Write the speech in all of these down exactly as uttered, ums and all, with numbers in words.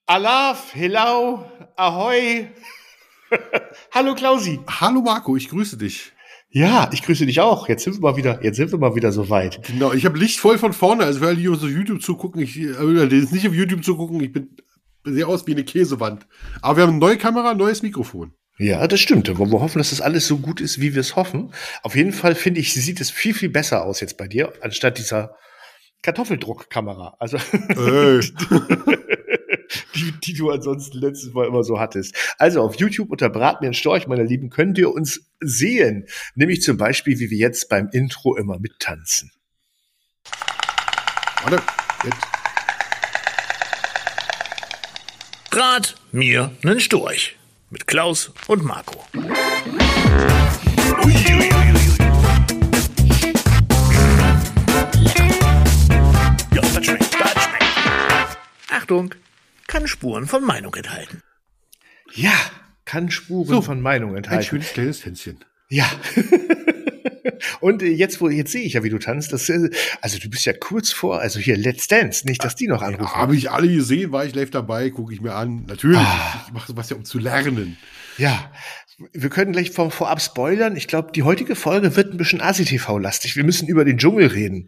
Alaf, Hello, Ahoi. Hallo Klausi. Hallo Marco, ich grüße dich. Ja, ich grüße dich auch. Jetzt sind wir mal wieder, jetzt sind wir mal wieder so weit. Genau, ich habe Licht voll von vorne, also für alle, die auf YouTube zugucken, ich, äh, die jetzt nicht auf YouTube zugucken, ich bin sehr aus wie eine Käsewand. Aber wir haben eine neue Kamera, ein neues Mikrofon. Ja, das stimmt. Wir wir hoffen, dass das alles so gut ist, wie wir es hoffen. Auf jeden Fall finde ich, sieht es viel, viel besser aus jetzt bei dir, anstatt dieser Kartoffeldruckkamera. Also Ey. die, die du ansonsten letztes Mal immer so hattest. Also auf YouTube unter Brat mir einen Storch, meine Lieben, könnt ihr uns sehen. Nämlich zum Beispiel, wie wir jetzt beim Intro immer mittanzen. Warte, jetzt. Brat mir einen Storch. Mit Klaus und Marco. Ui, ui, ui, ui. Ja, das schmeckt, das schmeckt. Achtung, kann Spuren von Meinung enthalten. Ja, kann Spuren So, von Meinung enthalten. Ein schönes kleines Tänzchen. Ja. Und äh, jetzt, wo jetzt sehe ich ja, wie du tanzt. Das, äh, also du bist ja kurz vor, also hier Let's Dance, nicht, dass die noch anrufen. Ja, habe ich alle gesehen, war ich live dabei, gucke ich mir an. Natürlich, Ah. ich mache sowas ja, um zu lernen. Ja, wir können gleich vom vorab spoilern. Ich glaube, die heutige Folge wird ein bisschen A S I T V-lastig. Wir müssen über den Dschungel reden.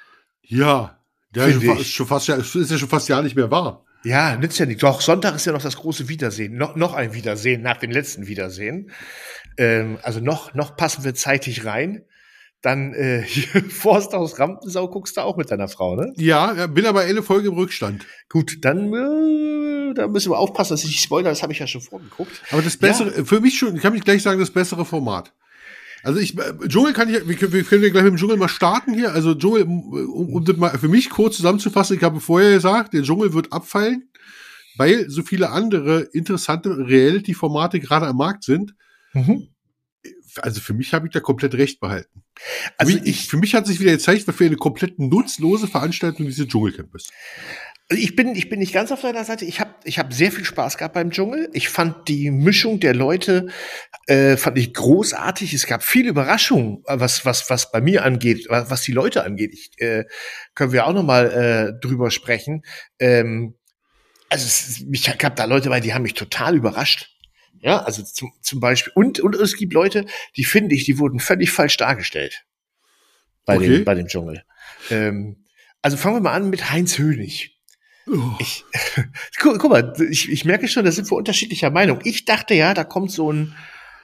Ja, ja Finde schon, fa- ich. ist schon fast ja, ist ja schon fast ja nicht mehr wahr. Ja, nützt ja nicht. Doch, Sonntag ist ja noch das große Wiedersehen. No, noch ein Wiedersehen nach dem letzten Wiedersehen. Ähm, also noch, noch passen wir zeitig rein. Dann äh, hier, Forsthaus Rampensau guckst du auch mit deiner Frau, ne? Ja, ja, bin aber eine Folge im Rückstand. Gut, dann äh, da müssen wir aufpassen, dass ich nicht spoilere. Das habe ich ja schon vorgeguckt. Aber das bessere, für mich schon, ich kann mich gleich sagen, das bessere Format. Also ich, äh, Dschungel kann ich, wir können, wir können ja gleich mit dem Dschungel mal starten hier. Also Dschungel, um, um das mal für mich kurz zusammenzufassen, ich habe vorher gesagt, der Dschungel wird abfallen, weil so viele andere interessante Reality-Formate gerade am Markt sind. Mhm. Also für mich habe ich da komplett recht behalten. Also für, mich, ich- für mich hat sich wieder gezeigt, was für eine komplett nutzlose Veranstaltung diese Dschungelcamp ist. Also ich bin, ich bin nicht ganz auf deiner Seite. Ich habe ich hab sehr viel Spaß gehabt beim Dschungel. Ich fand die Mischung der Leute äh, fand ich großartig. Es gab viele Überraschungen, was was was bei mir angeht, was, was die Leute angeht. Ich, äh, können wir auch noch mal äh, drüber sprechen. Ähm, also es, ich gab da Leute bei, die haben mich total überrascht. Ja, also zum, zum Beispiel und und es gibt Leute, die finde ich, die wurden völlig falsch dargestellt bei Okay. dem bei dem Dschungel. Ähm, also fangen wir mal an mit Heinz Hönig. Oh. Ich, guck, guck mal, ich, ich merke schon, da sind wir unterschiedlicher Meinung. Ich dachte ja, da kommt so ein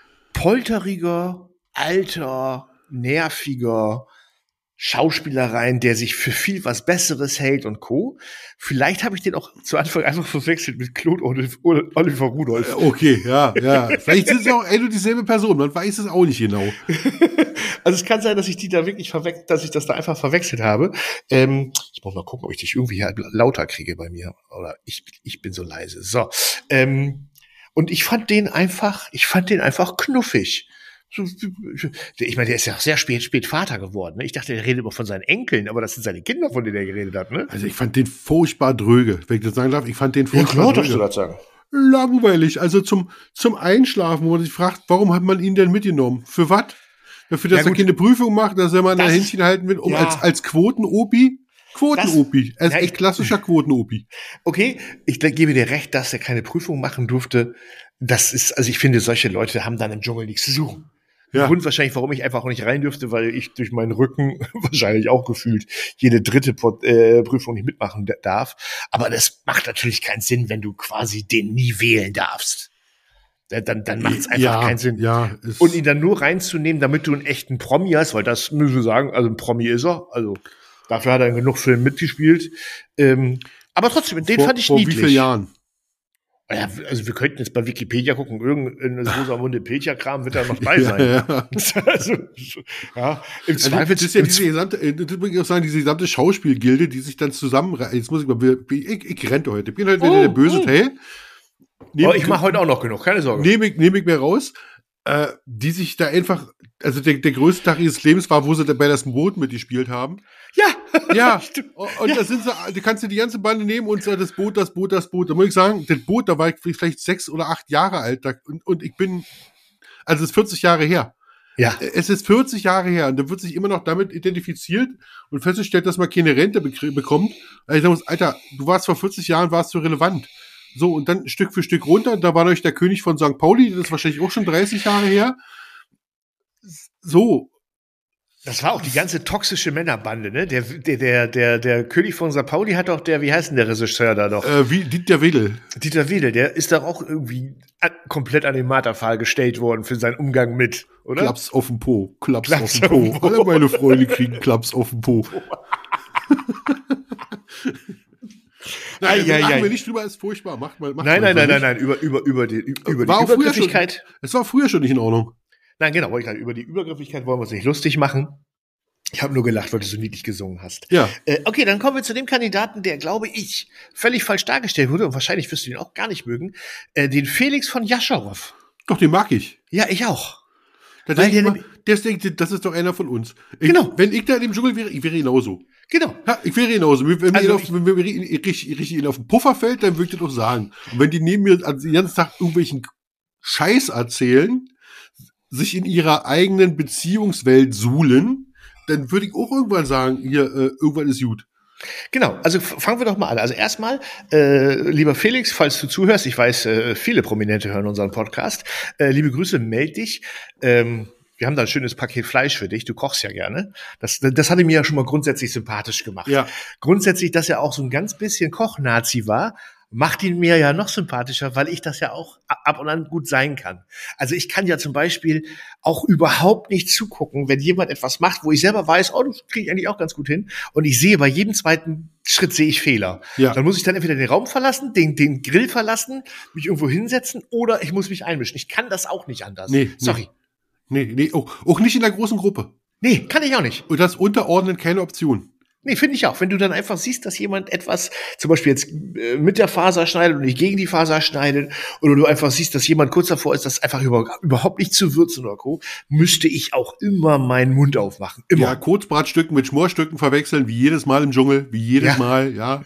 polteriger, alter, nerviger Schauspieler rein, der sich für viel was Besseres hält und Co. Vielleicht habe ich den auch zu Anfang einfach verwechselt mit Claude Oliver, Oliver Rudolph. Okay, ja, ja. Vielleicht sind es auch eine und dieselbe Person, man weiß es auch nicht genau. Also es kann sein, dass ich die da wirklich verwechselt, dass ich das da einfach verwechselt habe. Ähm, ich muss mal gucken, ob ich dich irgendwie hier lauter kriege bei mir. Oder ich, ich bin so leise. So. Ähm, und ich fand den einfach, ich fand den einfach knuffig. So, ich meine, der ist ja auch sehr spät, spät Vater geworden. Ne? Ich dachte, der redet immer von seinen Enkeln, aber das sind seine Kinder, von denen er geredet hat. Ne? Also ich fand den furchtbar dröge, wenn ich das sagen darf. Ich fand den Ja, furchtbar klar, darfst du dröge. das sagen. Langweilig. Also zum, zum Einschlafen, wo man sich fragt, warum hat man ihn denn mitgenommen? Für was? Dafür, dass Ja, er gut. keine Prüfung macht, dass er mal ein Das- Händchen halten will, um ja. als, als Quoten-Opi? Quoten-Opi. Er ist Ja, ich- echt klassischer Quoten-Opi. Okay, ich gebe dir recht, dass er keine Prüfung machen durfte. Das ist, also ich finde, solche Leute haben dann im Dschungel nichts zu suchen. Ja. Grund wahrscheinlich, warum ich einfach auch nicht rein dürfte, weil ich durch meinen Rücken wahrscheinlich auch gefühlt jede dritte Pot- äh, Prüfung nicht mitmachen d- darf. Aber das macht natürlich keinen Sinn, wenn du quasi den nie wählen darfst. Ja, Dann, dann macht es einfach ja, keinen Sinn. Ja, ist, Und ihn dann nur reinzunehmen, damit du einen echten Promi hast, weil das müssen wir sagen, also ein Promi ist er. Also dafür hat er in genug Filmen mitgespielt. Ähm, aber trotzdem, den vor, fand ich vor niedlich. wie vielen Jahren? Ja, also wir könnten jetzt bei Wikipedia gucken, irgendein Rosamunde Pilcher-Kram wird da noch bei Ja, sein. ja. also, ja, im Also, Zweifel das ist ja diese gesamte, äh, das muss ich auch sagen, diese gesamte Schauspielgilde, die sich dann zusammen, jetzt muss ich mal, ich, ich rente heute, ich bin heute wieder Oh, der böse oh. Teil. oh, ich mache heute auch noch genug, keine Sorge. Nehme ich, nehme ich mir raus, äh, die sich da einfach, also der, der größte Tag ihres Lebens war, wo sie dabei das Boot mitgespielt haben. Ja, Ja, Stimmt. und Ja. da sind sie, da kannst du die ganze Bande nehmen und so, das Boot, das Boot, das Boot. Da muss ich sagen, das Boot, da war ich vielleicht sechs oder acht Jahre alt da, und, und ich bin, also es ist vierzig Jahre her. Ja. Es ist vierzig Jahre her und da wird sich immer noch damit identifiziert und festgestellt, dass man keine Rente bekrie- bekommt. Also ich sag, Alter, du warst vor vierzig Jahren, warst du relevant. So, und dann Stück für Stück runter, da war euch der König von Sankt Pauli, das ist wahrscheinlich auch schon dreißig Jahre her. So. Das war auch die ganze toxische Männerbande, ne? Der, der, der, der, der König von Sankt Pauli hat doch der, wie heißt denn der Regisseur da doch? Äh, wie Dieter Wedel. Dieter Wedel, der ist doch auch irgendwie an, komplett an den Marterpfahl gestellt worden für seinen Umgang mit, oder? Klaps auf den Po, Klaps, Klaps auf den Po. auf den Po. Alle meine Freunde kriegen Klaps auf den Po. Nein, Ei, ei, machen ei. wir nicht drüber, ist furchtbar. Macht mal, macht Nein, mal nein, nein, nicht. nein, nein, über, über, über die, über die War auch früher Übergriffigkeit. schon, es war früher schon nicht in Ordnung. Nein, genau, wollte ich sagen, über die Übergriffigkeit wollen wir uns nicht lustig machen. Ich habe nur gelacht, weil du so niedlich gesungen hast. Ja. Äh, okay, dann kommen wir zu dem Kandidaten, der, glaube ich, völlig falsch dargestellt wurde und wahrscheinlich wirst du ihn auch gar nicht mögen, äh, den Felix von Jascharow. Doch, den mag ich. Ja, ich auch. Da Weil denk ich der mal, der denkt, das ist doch einer von uns. Ich, Genau. Wenn ich da in dem Dschungel wäre, ich wäre genauso. Genau. Ja, ich wäre genauso. Wenn mir Also ihn auf, wenn mir richtig, richtig ihn auf den Puffer fällt, dann würde ich das doch sagen. Und wenn die neben mir also den ganzen Tag irgendwelchen Scheiß erzählen, sich in ihrer eigenen Beziehungswelt suhlen, dann würde ich auch irgendwann sagen, hier, äh, irgendwann ist gut. Genau, also f- fangen wir doch mal an. Also erstmal, äh, lieber Felix, falls du zuhörst, ich weiß, äh, viele Prominente hören unseren Podcast, äh, liebe Grüße, meld dich. Ähm, wir haben da ein schönes Paket Fleisch für dich, du kochst ja gerne. Das, das hatte mir ja schon mal grundsätzlich sympathisch gemacht. Ja. Grundsätzlich, dass er auch so ein ganz bisschen Koch-Nazi war, macht ihn mir ja noch sympathischer, weil ich das ja auch a- ab und an gut sein kann. Also ich kann ja zum Beispiel auch überhaupt nicht zugucken, wenn jemand etwas macht, wo ich selber weiß, oh, das kriege ich eigentlich auch ganz gut hin. Und ich sehe, bei jedem zweiten Schritt sehe ich Fehler. Ja. Dann muss ich dann entweder den Raum verlassen, den, den Grill verlassen, mich irgendwo hinsetzen oder ich muss mich einmischen. Ich kann das auch nicht anders. Nee, Sorry. Nee, nee, auch, auch nicht in der großen Gruppe. Nee, kann ich auch nicht. Und das Unterordnen keine Option. Nee, finde ich auch. Wenn du dann einfach siehst, dass jemand etwas, zum Beispiel jetzt äh, mit der Faser schneidet und nicht gegen die Faser schneidet, oder du einfach siehst, dass jemand kurz davor ist, das einfach über, überhaupt nicht zu würzen oder Co., müsste ich auch immer meinen Mund aufmachen. Immer. Ja, Kurzbratstücken mit Schmorstücken verwechseln, wie jedes Mal im Dschungel, wie jedes Ja. Mal, ja.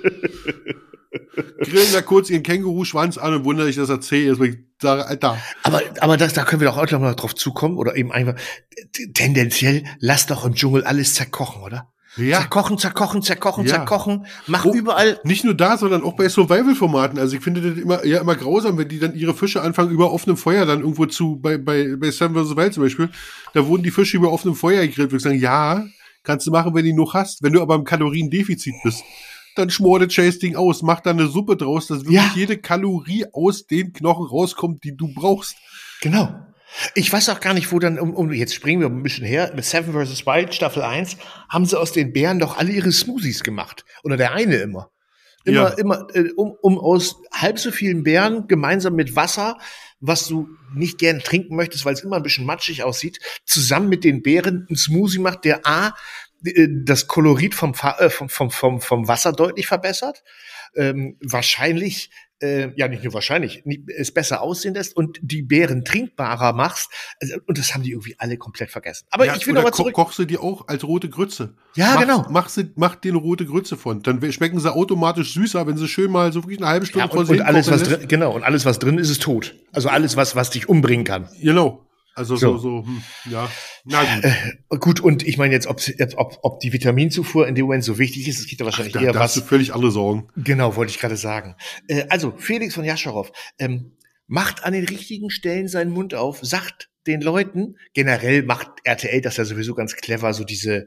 Grillen da kurz ihren Känguruschwanz an und wundere ich, dass er zäh ist, weil ich sage, Alter. Aber, aber das, da können wir doch auch noch mal drauf zukommen, oder eben einfach, t- tendenziell, lass doch im Dschungel alles zerkochen, oder? Ja. Zerkochen, zerkochen, zerkochen, Ja. zerkochen. Mach Oh, überall. Nicht nur da, sondern auch bei Survival-Formaten. Also ich finde das immer, ja, immer grausam, wenn die dann ihre Fische anfangen, über offenem Feuer dann irgendwo zu, bei, bei, bei Seven versus. Wild zum Beispiel, da wurden die Fische über offenem Feuer gegrillt. Würde ich sagen, ja, kannst du machen, wenn du noch hast. Wenn du aber im Kaloriendefizit bist, dann schmor das Chase-Ding aus, mach da eine Suppe draus, dass wirklich Ja. jede Kalorie aus den Knochen rauskommt, die du brauchst. Genau. Ich weiß auch gar nicht, wo dann, um, um jetzt springen wir ein bisschen her, mit Seven versus. Wild, Staffel eins, haben sie aus den Beeren doch alle ihre Smoothies gemacht. Oder der eine immer. Immer, Ja. immer, äh, um, um aus halb so vielen Beeren gemeinsam mit Wasser, was du nicht gern trinken möchtest, weil es immer ein bisschen matschig aussieht, zusammen mit den Beeren einen Smoothie macht, der A, äh, das Kolorit vom, Fa- äh, vom, vom, vom, vom Wasser deutlich verbessert, ähm, wahrscheinlich, äh, ja nicht nur wahrscheinlich, nie- es besser aussehen lässt und die Beeren trinkbarer machst. Also, und das haben die irgendwie alle komplett vergessen. Aber Ja, ich will oder noch mal ko- zurück. kochst du die auch als rote Grütze. Ja, mach, genau. Mach, sie, mach dir eine rote Grütze von. Dann schmecken sie automatisch süßer, wenn sie schön mal so wirklich eine halbe Stunde Ja, vor und, sich und alles, hinkochen was lässt. drin, genau, und alles, was drin ist, ist tot. Also alles, was, was dich umbringen kann. Genau. Also so, So. so, hm, ja. Na gut. Gut, und ich meine jetzt, ob, ob, ob die Vitaminzufuhr in dem Moment so wichtig ist, es geht ja wahrscheinlich Da, eher da hast du was. völlig andere Sorgen. Genau, wollte ich gerade sagen. Äh, also, Felix von Jascharow, ähm, macht an den richtigen Stellen seinen Mund auf, sagt den Leuten, generell macht R T L das ja sowieso ganz clever, so diese,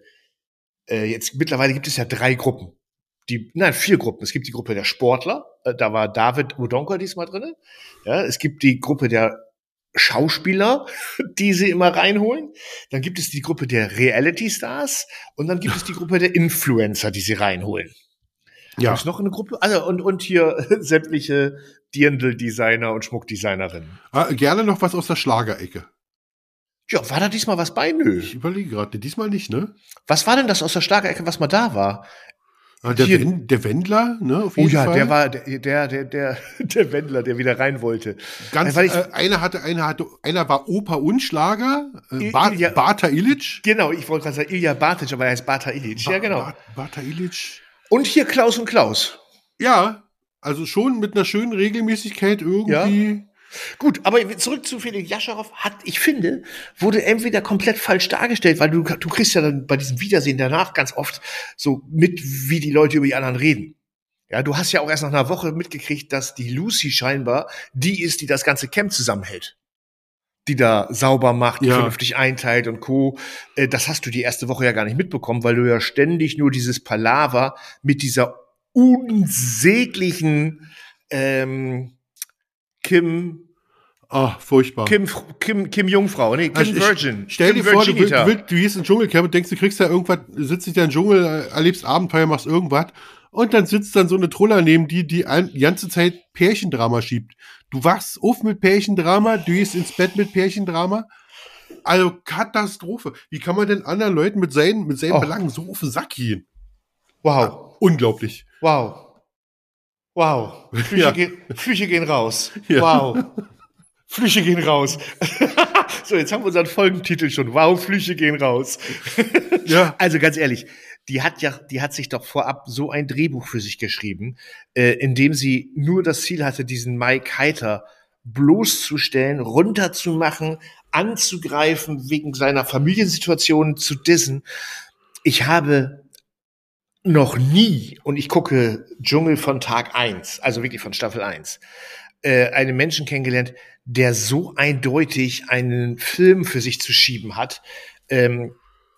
äh, jetzt mittlerweile gibt es ja drei Gruppen. Die, nein, vier Gruppen. Es gibt die Gruppe der Sportler, äh, da war David Odonka diesmal drin. Ja, es gibt die Gruppe der Schauspieler, die sie immer reinholen. Dann gibt es die Gruppe der Reality-Stars und dann gibt es die Gruppe der Influencer, die sie reinholen. Ja. Gibt es noch eine Gruppe? Also und, und hier sämtliche Dirndl-Designer und Schmuckdesignerinnen. Ah, gerne noch was aus der Schlagerecke. Ja, war da diesmal was bei? Nö. Ich überlege gerade, diesmal nicht, ne? Was war denn das aus der Schlagerecke, was mal da war? Ah, der, Hier- Wen, der Wendler, ne? Auf Oh jeden ja, Fall. der war der, der, der, der, der Wendler, der wieder rein wollte. Ganz, Weil ich- äh, einer hatte, einer hatte, einer war Oper und Schlager, äh, Il- ba Ilja- Bata Illich. Genau, ich wollte gerade sagen, Ilja Bartic, aber er heißt Bata Ilic. Ja, genau. Ba Bata Illich. Und hier Klaus und Klaus. Ja, also schon mit einer schönen Regelmäßigkeit irgendwie. Gut, aber zurück zu Felix Jascharow hat, ich finde, wurde entweder komplett falsch dargestellt, weil du, du kriegst ja dann bei diesem Wiedersehen danach ganz oft so mit, wie die Leute über die anderen reden. Ja, du hast ja auch erst nach einer Woche mitgekriegt, dass die Lucy scheinbar die ist, die das ganze Camp zusammenhält. Die da sauber macht, Ja. vernünftig einteilt und Co. Äh, Das hast du die erste Woche ja gar nicht mitbekommen, weil du ja ständig nur dieses Palaver mit dieser unsäglichen ähm, Kim, Ah, furchtbar. Kim, Kim, Kim Jungfrau, nee, Kim Also ich- Virgin. Stell Kim dir vor, du, will- Virginita. du, willst, du gehst ins Dschungelcamp und denkst, du kriegst da irgendwas, sitzt dich da im Dschungel, äh, erlebst Abenteuer, machst irgendwas und dann sitzt dann so eine Truller neben die, die ein, die ganze Zeit Pärchendrama schiebt. Du wachst auf mit Pärchendrama, du gehst ins Bett mit Pärchendrama. Also Katastrophe. Wie kann man denn anderen Leuten mit seinen, mit seinen Oh. Belangen so auf den Sack gehen? Wow, Unglaublich. wow, wow. Flüche, Ja. gehen, Flüche gehen raus. Ja. Wow. Flüche gehen raus. So, jetzt haben wir unseren Folgentitel schon. Wow, Flüche gehen raus. Ja. Also ganz ehrlich, die hat ja, die hat sich doch vorab so ein Drehbuch für sich geschrieben, äh, in dem sie nur das Ziel hatte, diesen Mike Heiter bloßzustellen, runterzumachen, anzugreifen, wegen seiner Familiensituation zu dissen. Ich habe noch nie, und ich gucke Dschungel von Tag eins, also wirklich von Staffel eins, äh, einen Menschen kennengelernt, der so eindeutig einen Film für sich zu schieben hat. Ähm,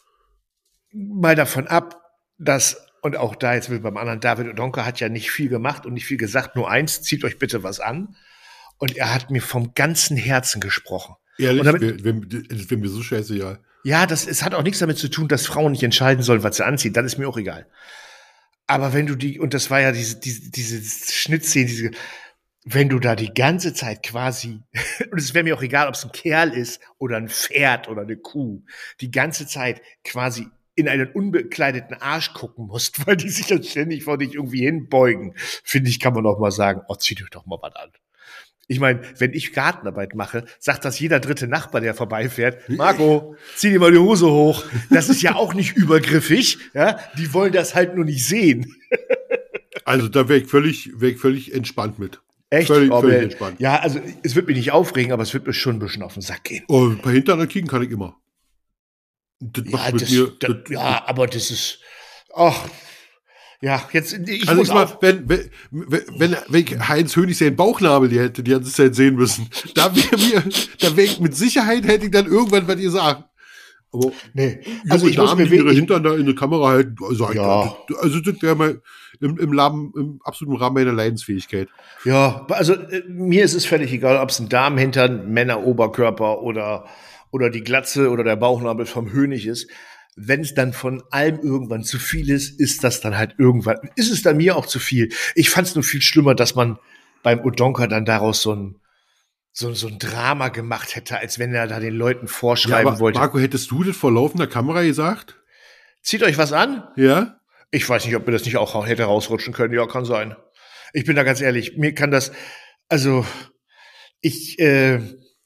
mal davon ab, dass, und auch da jetzt will beim anderen, David Odonka hat ja nicht viel gemacht und nicht viel gesagt, nur eins, zieht euch bitte was an. Und er hat mir vom ganzen Herzen gesprochen. Ehrlich, Und damit- wär- wär- das wäre mir so scheißegal. Ja, das, es hat auch nichts damit zu tun, dass Frauen nicht entscheiden sollen, was sie anziehen. Das ist mir auch egal. Aber wenn du die, und das war ja diese, diese, diese Schnittszene, diese, wenn du da die ganze Zeit quasi, und es wäre mir auch egal, ob es ein Kerl ist oder ein Pferd oder eine Kuh, die ganze Zeit quasi in einen unbekleideten Arsch gucken musst, weil die sich dann ständig vor dich irgendwie hinbeugen, finde ich, kann man auch mal sagen, oh, zieh dir doch mal was an. Ich meine, wenn ich Gartenarbeit mache, sagt das jeder dritte Nachbar, der vorbeifährt, Marco, zieh dir mal die Hose hoch. Das ist ja auch nicht übergriffig, ja. Die wollen das halt nur nicht sehen. Also da wäre ich völlig, wär ich völlig entspannt mit. Echt? Völlig, Oh, völlig man. entspannt. Ja, also es wird mich nicht aufregen, aber es wird mir schon ein bisschen auf den Sack gehen. Oh, ein paar Hintern kriegen kann ich immer. Das Ja, macht mit das, mir. das, das, ja, aber das ist, ach, ja, jetzt, ich also muss ich mal, auch, wenn, wenn, wenn, wenn ich Heinz Hönig seinen Bauchnabel die hätte, die ganze Zeit sehen müssen, da wäre mir, da wäre ich mit Sicherheit hätte ich dann irgendwann was gesagt. Aber nee, also also ich muss Damen, mir die ihre wirklich, Hintern da in der Kamera halten, also, Ja. das, also das wäre mal im, im, Rahmen, im absoluten Rahmen meiner Leidensfähigkeit. ja, also äh, mir ist es völlig egal, ob es ein Damenhintern, Männeroberkörper oder, oder die Glatze oder der Bauchnabel vom Hönig ist. Wenn es dann von allem irgendwann zu viel ist, ist das dann halt irgendwann, ist es dann mir auch zu viel. Ich fand es nur viel schlimmer, dass man beim Odonka dann daraus so ein, so, so ein Drama gemacht hätte, als wenn er da den Leuten Ja, vorschreiben aber wollte. Marco, hättest du das vor laufender Kamera gesagt? Zieht euch was an? Ja? Ich weiß nicht, ob mir das nicht auch hätte rausrutschen können. Ja, kann sein. Ich bin da ganz ehrlich, mir kann das, also, ich, äh,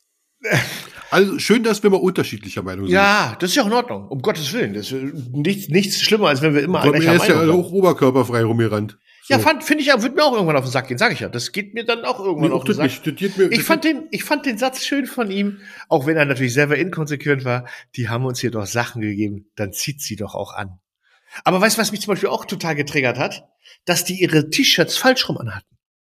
Also schön, dass wir mal unterschiedlicher Meinung sind. ja, das ist ja auch in Ordnung, um Gottes Willen. Das ist nichts, nichts schlimmer, als wenn wir immer Aber gleicher er ist ja Meinung sind. auch oberkörperfrei rumgerannt. So. Ja, fand, finde ich ja, wird mir auch irgendwann auf den Sack gehen, sage ich ja. Das geht mir dann auch irgendwann Nee, auf auch den das Sack. nicht. Das geht mir, Ich das fand den, ich fand den Satz schön von ihm, auch wenn er natürlich selber inkonsequent war. Die haben uns hier doch Sachen gegeben, dann zieht sie doch auch an. Aber weißt du, was mich zum Beispiel auch total getriggert hat? Dass die ihre T-Shirts falsch rum anhatten.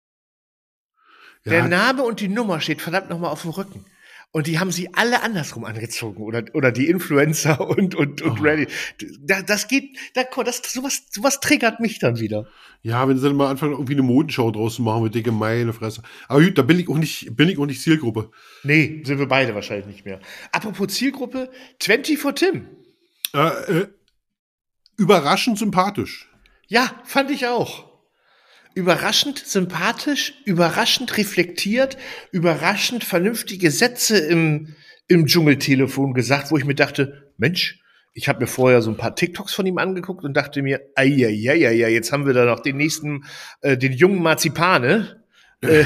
Der ja, Name und die Nummer steht verdammt nochmal auf dem Rücken. Und die haben sie alle andersrum angezogen. Oder, oder die Influencer und, und, und Oh. Ready. Da, das geht, da, das, sowas, sowas triggert mich dann wieder. ja, wenn sie dann mal anfangen, irgendwie eine Modenschau draus zu machen, mit dicke meine Fresse. Aber gut, da bin ich auch nicht, bin ich auch nicht Zielgruppe. Nee, sind wir beide wahrscheinlich nicht mehr. Apropos Zielgruppe, zwanzig for Tim. Äh, äh, überraschend sympathisch. Ja, fand ich auch. Überraschend sympathisch, überraschend reflektiert, überraschend vernünftige Sätze im, im Dschungeltelefon gesagt, wo ich mir dachte, Mensch, ich habe mir vorher so ein paar TikToks von ihm angeguckt und dachte mir, ja, jetzt haben wir da noch den nächsten, äh, den jungen Marzipane. Äh,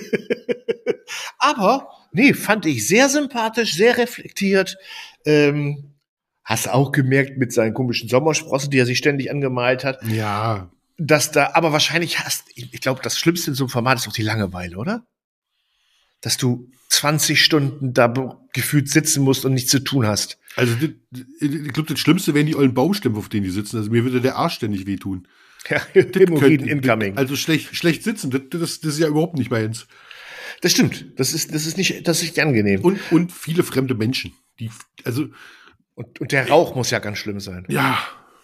Aber, nee, fand ich sehr sympathisch, sehr reflektiert. Ähm, hast auch gemerkt mit seinen komischen Sommersprossen, die er sich ständig angemalt hat, Ja. dass da, aber wahrscheinlich hast, ich, ich glaube, das Schlimmste in so einem Format ist auch die Langeweile, oder? Dass du zwanzig Stunden da be- gefühlt sitzen musst und nichts zu tun hast. Also, das- ich glaube, das Schlimmste wären die ollen Baumstämme, auf denen die sitzen. Also, mir würde der Arsch ständig wehtun. Ja, Hämorrhoiden könnte- incoming. Also schlecht, schlecht sitzen, das, das, das ist ja überhaupt nicht meins. Das stimmt. Das ist, das ist nicht, das ist nicht angenehm. Und, und viele fremde Menschen. Die, also, Und, und der Rauch muss ja ganz schlimm sein. ja.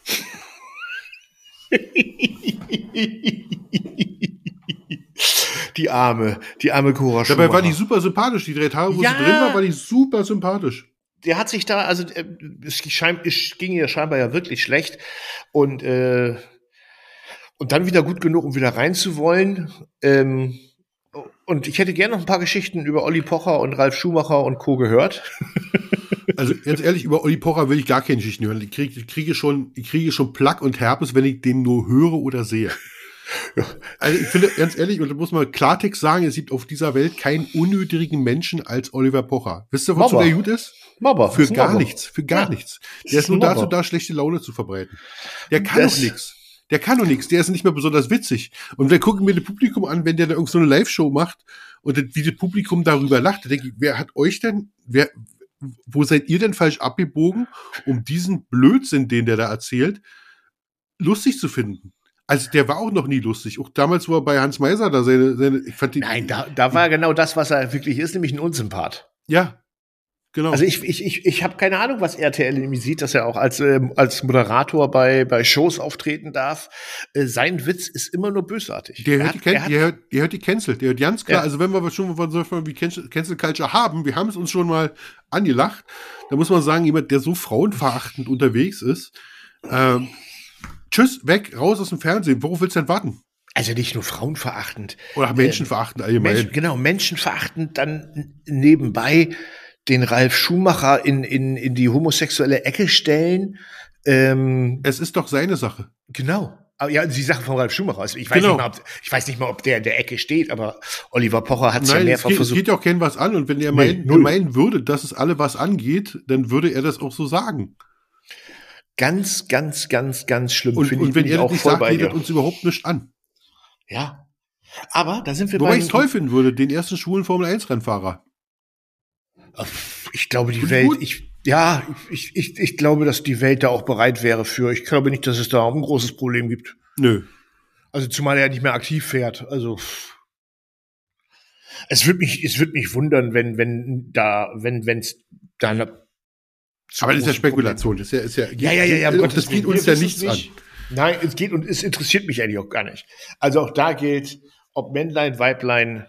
Die arme, die arme Cora Dabei war die Schumacher. super sympathisch. Die drei Tage, wo Ja. sie drin war, war die super sympathisch. Der hat sich da, also äh, es, schein, es ging ihr scheinbar ja wirklich schlecht. Und, äh, und dann wieder gut genug, um wieder reinzuwollen. Ähm, und ich hätte gerne noch ein paar Geschichten über Olli Pocher und Ralf Schumacher und Co. gehört. Also ganz ehrlich, über Olli Pocher will ich gar keine Geschichten hören. Ich kriege, ich kriege schon, ich kriege schon Plack und Herpes, wenn ich den nur höre oder sehe. Ja. Also ich finde, ganz ehrlich, und da muss man Klartext sagen, es gibt auf dieser Welt keinen unnötigen Menschen als Oliver Pocher. Wisst ihr, wozu Mama. der gut ist? Mama, Für ist ein gar Mama. nichts, für gar Ja. nichts. Das Der ist ist nur ein dazu Mama. da, schlechte Laune zu verbreiten. Der kann Das- doch nichts. Der kann doch nichts. Der ist nicht mehr besonders witzig. Und wir gucken mir das Publikum an, wenn der da irgend so eine Live-Show macht und das, wie das Publikum darüber lacht. Da denke ich, wer hat euch denn, wer, wo seid ihr denn falsch abgebogen, um diesen Blödsinn, den der da erzählt, lustig zu finden? Also der war auch noch nie lustig. Auch damals, wo er bei Hans Meiser da seine, seine ich fand die, Nein, da, da war genau das, was er wirklich ist, nämlich ein Unsympath. ja, genau. Also ich, ich, ich, ich habe keine Ahnung, was R T L in ihm sieht, dass er auch als, ähm, als Moderator bei, bei Shows auftreten darf. Äh, sein Witz ist immer nur bösartig. Der Er hört, hat- die, er Can hat- der, hört, der hört die Cancel. Der hört ganz klar. Ja. Also wenn wir schon von so etwas wie Cancel Cancel Culture haben, wir haben es uns schon mal angelacht, da muss man sagen, jemand, der so frauenverachtend unterwegs ist, ähm, tschüss, weg, raus aus dem Fernsehen. Worauf willst du denn warten? Also nicht nur frauenverachtend. Oder menschenverachtend allgemein. Menschen, genau, menschenverachtend dann nebenbei den Ralf Schumacher in, in, in die homosexuelle Ecke stellen. Ähm, Es ist doch seine Sache. genau. Aber ja, die Sache von Ralf Schumacher. Also ich weiß, Genau. nicht mal, ob, ich weiß nicht mal, ob der in der Ecke steht, aber Oliver Pocher hat es ja Nein, es mehrfach geht, es versucht. geht ja auch kein was an. Und wenn er Nee, meinen, null. meinen würde, dass es alle was angeht, dann würde er das auch so sagen. Ganz, ganz, ganz, ganz schlimm. Und, Finde und ich, wenn bin ich er das auch nicht voll sagt, bei geht dir. das uns überhaupt nicht an. Ja. Aber da sind wir Wobei bei. ich es toll finden würde, den ersten schwulen Formel eins Rennfahrer. Ich glaube, die Und Welt, gut. ich, ja, ich, ich, ich glaube, dass die Welt da auch bereit wäre für. Ich glaube nicht, dass es da ein großes Problem gibt. Nö. Also zumal er nicht mehr aktiv fährt. Also es würde mich, es würde mich wundern, wenn, wenn da, wenn, wenn es da eine zu Aber das ist ja große Spekulation. Das ist ja, ist ja, Probleme- Ja, ja, ja, ja. um also, Gottes das geht Willen. uns Wir ja wissen nichts es nicht. Nein, es geht und es interessiert mich eigentlich auch gar nicht. Also auch da gilt, ob Männlein, Weiblein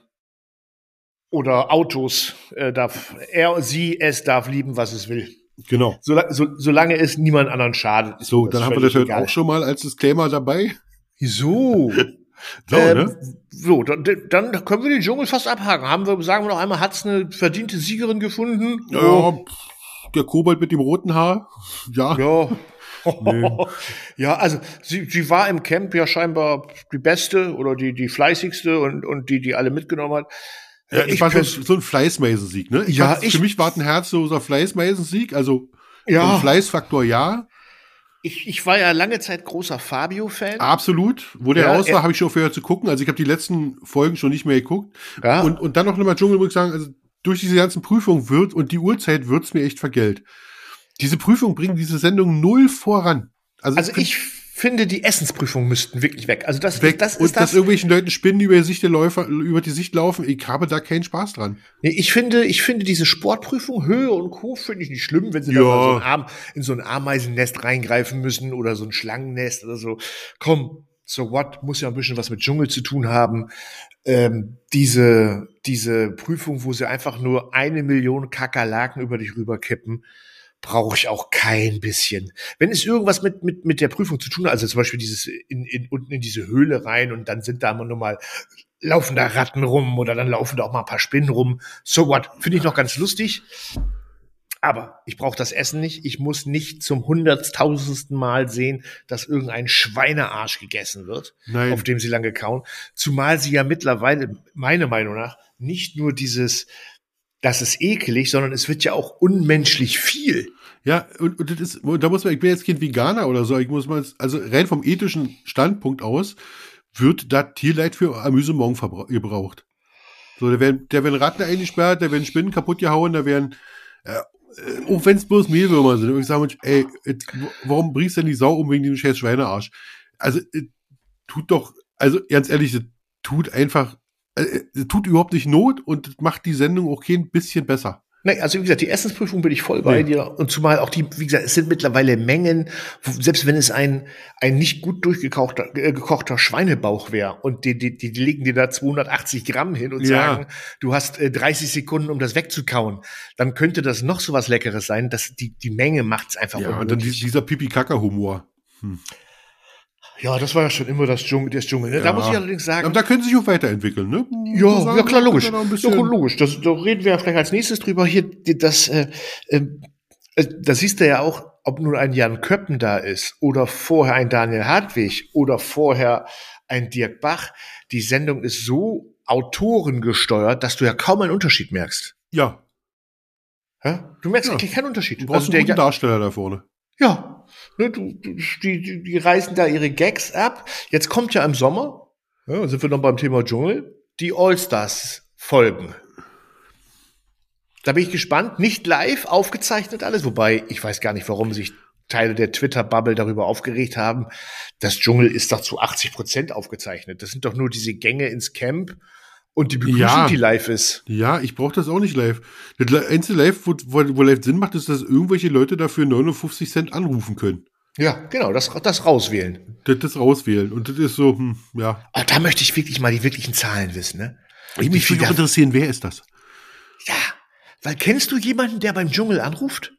oder Autos, äh, darf er, sie, es darf lieben, was es will. an. Genau. Solange, so, solange es niemand anderen schadet. ist So, mir dann haben wir das völlig heute egal. auch schon mal als Disclaimer dabei. So. So, ähm, ne? so, dann, dann können wir den Dschungel fast abhaken. Haben wir, sagen wir noch einmal, hat's eine verdiente Siegerin gefunden? Ja, pff, der Kobold mit dem roten Haar. Ja. Ja. Nee. Ja, also sie, sie war im Camp ja scheinbar die beste oder die, die fleißigste und, und die, die alle mitgenommen hat. Ja, ich ich war so, pers- so ein Fleißmeisensieg, ne? Ich Ja, hab, ich- für mich war es ein herzloser Fleißmeisensieg, also Ja. ein Fleißfaktor ja, Ich, ich war ja lange Zeit großer Fabio-Fan. absolut. Wo der Ja, raus er- war, habe ich schon aufgehört zu gucken. Also ich habe die letzten Folgen schon nicht mehr geguckt. Ja. Und, und dann noch mal Dschungel, muss ich sagen, also durch diese ganzen Prüfungen wird und die Uhrzeit wird's mir echt vergällt. Diese Prüfung bringen diese Sendung null voran. Also, Also ich finde, die Essensprüfungen müssten wirklich weg. Also das, weg. das und ist dass das. irgendwelchen Leuten Spinnen über die Sicht der Läufer, über die Sicht laufen, ich habe da keinen Spaß dran. Nee, ich finde, ich finde diese Sportprüfung Höhe und Co. finde ich nicht schlimm, wenn sie Ja. da mal so ein Arm, in so ein Ameisennest reingreifen müssen oder so ein Schlangennest oder so. Komm, so what? Muss ja ein bisschen was mit Dschungel zu tun haben. Ähm, diese, diese Prüfung, wo sie einfach nur eine Million Kakerlaken über dich rüberkippen, brauche ich auch kein bisschen. Wenn es irgendwas mit, mit, mit der Prüfung zu tun hat, also zum Beispiel dieses in, in, unten in diese Höhle rein und dann sind da immer nur mal laufen da Ratten rum oder dann laufen da auch mal ein paar Spinnen rum. So what? Finde ich noch ganz lustig. Aber ich brauche das Essen nicht. Ich muss nicht zum hunderttausendsten Mal sehen, dass irgendein Schweinearsch gegessen wird, Nein. auf dem sie lange kauen. Zumal sie ja mittlerweile, meiner Meinung nach, nicht nur dieses, das ist ekelig, sondern es wird ja auch unmenschlich viel. Ja, und, und das ist, da muss man, ich bin jetzt kein Veganer oder so, ich muss mal, also rein vom ethischen Standpunkt aus, wird da Tierleid für Amüsement verbra- gebraucht. So, da werden, da werden Ratten eingesperrt, da werden Spinnen kaputt gehauen, da werden, äh, äh, auch wenn es bloß Mehlwürmer sind. Und ich sage, ey, äh, warum bringst du denn die Sau um wegen diesem scheiß Schweinearsch? Also, äh, tut doch, also ganz ehrlich, das tut einfach, äh, das tut überhaupt nicht Not und das macht die Sendung auch kein bisschen besser. Nee, also wie gesagt, die Essensprüfung bin ich voll bei Nee. dir. Und zumal auch die, wie gesagt, es sind mittlerweile Mengen, wo, selbst wenn es ein, ein nicht gut durchgekochter äh, gekochter Schweinebauch wäre und die, die, die legen dir da zweihundertachtzig Gramm hin und Ja. sagen, du hast äh, dreißig Sekunden, um das wegzukauen, dann könnte das noch so was Leckeres sein, dass die, die Menge macht's einfach Ja, und dann die, unnötig. dieser Pipi-Kaka-Humor. Ja, das war ja schon immer das Dschungel, das Dschungel. Ne? Da Ja. muss ich allerdings sagen, Aber da können sie sich auch weiterentwickeln, ne? ja, Sagen, ja klar, logisch. da noch ein Ja, bisschen- logisch. Das, da reden wir ja vielleicht als nächstes drüber. Hier, die- das, äh, äh, äh, da siehst du ja auch, ob nun ein Jan Köppen da ist oder vorher ein Daniel Hartwig oder vorher ein Dirk Bach. Die Sendung ist so autorengesteuert, dass du ja kaum einen Unterschied merkst. Ja, Ja? Du merkst Ja. eigentlich keinen Unterschied. du brauchst Also einen der guten Ja- Darsteller da vorne. Ja, ne, du, du, die, die, die reißen da ihre Gags ab. Jetzt kommt ja im Sommer, ja, sind wir noch beim Thema Dschungel, die All-Stars-Folgen. Da bin ich gespannt. Nicht live aufgezeichnet alles, wobei ich weiß gar nicht, warum sich Teile der Twitter-Bubble darüber aufgeregt haben. Das Dschungel ist doch zu achtzig Prozent aufgezeichnet. Das sind doch nur diese Gänge ins Camp und die Begrüßung, Ja. die live ist. Ja, ich brauche das auch nicht live. Das einzige Live, wo, wo, wo live Sinn macht, ist, dass irgendwelche Leute dafür neunundfünfzig Cent anrufen können. Ja, genau, das, das rauswählen. Das, das rauswählen. Und das ist so, hm, ja. Aber da möchte ich wirklich mal die wirklichen Zahlen wissen, ne? Ich mich würde auch interessieren, wer ist das? Ja, weil kennst du jemanden, der beim Dschungel anruft?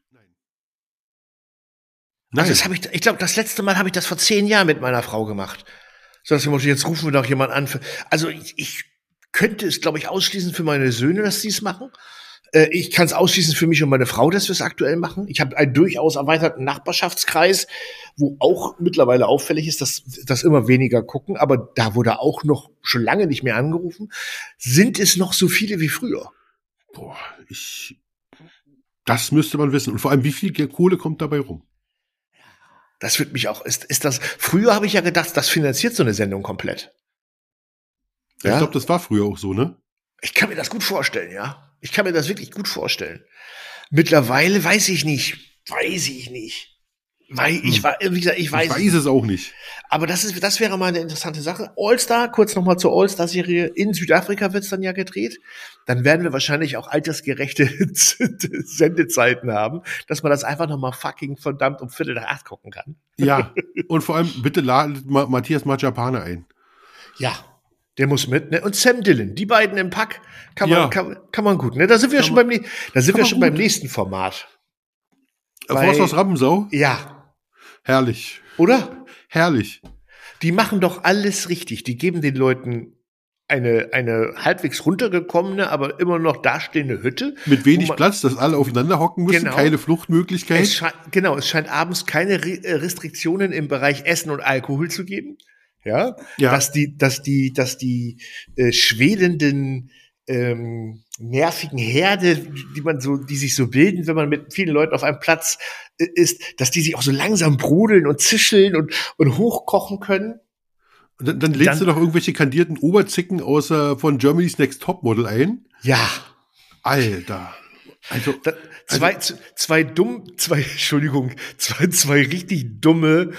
Nein. Also das habe ich, ich glaube, das letzte Mal habe ich das vor zehn Jahren mit meiner Frau gemacht. So dass wir jetzt rufen wir doch jemanden an. Für, also ich, ich könnte es, glaube ich, ausschließen für meine Söhne, dass sie es machen. Äh, ich kann es ausschließen für mich und meine Frau, dass wir es aktuell machen. Ich habe einen durchaus erweiterten Nachbarschaftskreis, wo auch mittlerweile auffällig ist, dass, dass immer weniger gucken. Aber da wurde auch noch schon lange nicht mehr angerufen. Sind es noch so viele wie früher? Boah, ich. Das müsste man wissen. Und vor allem, wie viel Kohle kommt dabei rum? Das wird mich auch, ist, ist das, früher habe ich ja gedacht, das finanziert so eine Sendung komplett. Ja? Ich glaube, das war früher auch so, ne? Ich kann mir das gut vorstellen, ja. Ich kann mir das wirklich gut vorstellen. Mittlerweile weiß ich nicht, weiß ich nicht. Weil ich war, wie gesagt, ich weiß, Ich weiß es auch nicht. aber das ist, das wäre mal eine interessante Sache. All-Star, kurz nochmal zur All-Star-Serie. In Südafrika wird's dann ja gedreht. Dann werden wir wahrscheinlich auch altersgerechte Sendezeiten haben, dass man das einfach nochmal fucking verdammt um Viertel nach acht gucken kann. Ja. Und vor allem, bitte ladet Ma- Matthias Majapane ein. Ja, der muss mit, ne? Und Sam Dillon, die beiden im Pack, kann man, Ja. kann, kann man gut, ne? Da sind wir Kann schon man- beim, ne- da sind kann wir man schon gut. beim nächsten Format. Bei, Forst aus Rampensau? Ja, Herrlich. oder? Herrlich. Die machen doch alles richtig. Die geben den Leuten eine, eine halbwegs runtergekommene, aber immer noch dastehende Hütte. Mit wenig wo man- Platz, dass alle aufeinander hocken müssen, Genau. keine Fluchtmöglichkeit. Es scheint, genau, es scheint abends keine Re äh, Restriktionen im Bereich Essen und Alkohol zu geben. Ja, Ja. dass die, dass die, dass die äh, schwelenden ähm, nervigen Herde, die man so, die sich so bilden, wenn man mit vielen Leuten auf einem Platz äh, ist, dass die sich auch so langsam brodeln und zischeln und und hochkochen können. Und dann, dann lädst Dann- du noch irgendwelche kandierten Oberzicken aus, äh, von Germany's Next Topmodel ein. Ja, Alter. Also, da, zwei, z- zwei dumm, zwei, Entschuldigung, zwei, zwei richtig dumme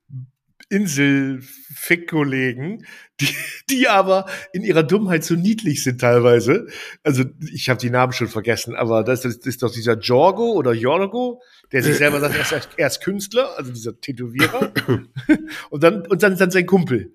Inselfick-Kollegen, die, die aber in ihrer Dummheit so niedlich sind teilweise. Also ich habe die Namen schon vergessen, aber das ist, das ist doch dieser Jorgo oder Jorgo, der sich selber sagt, er ist, er ist Künstler, also dieser Tätowierer. und dann und dann, dann sein Kumpel.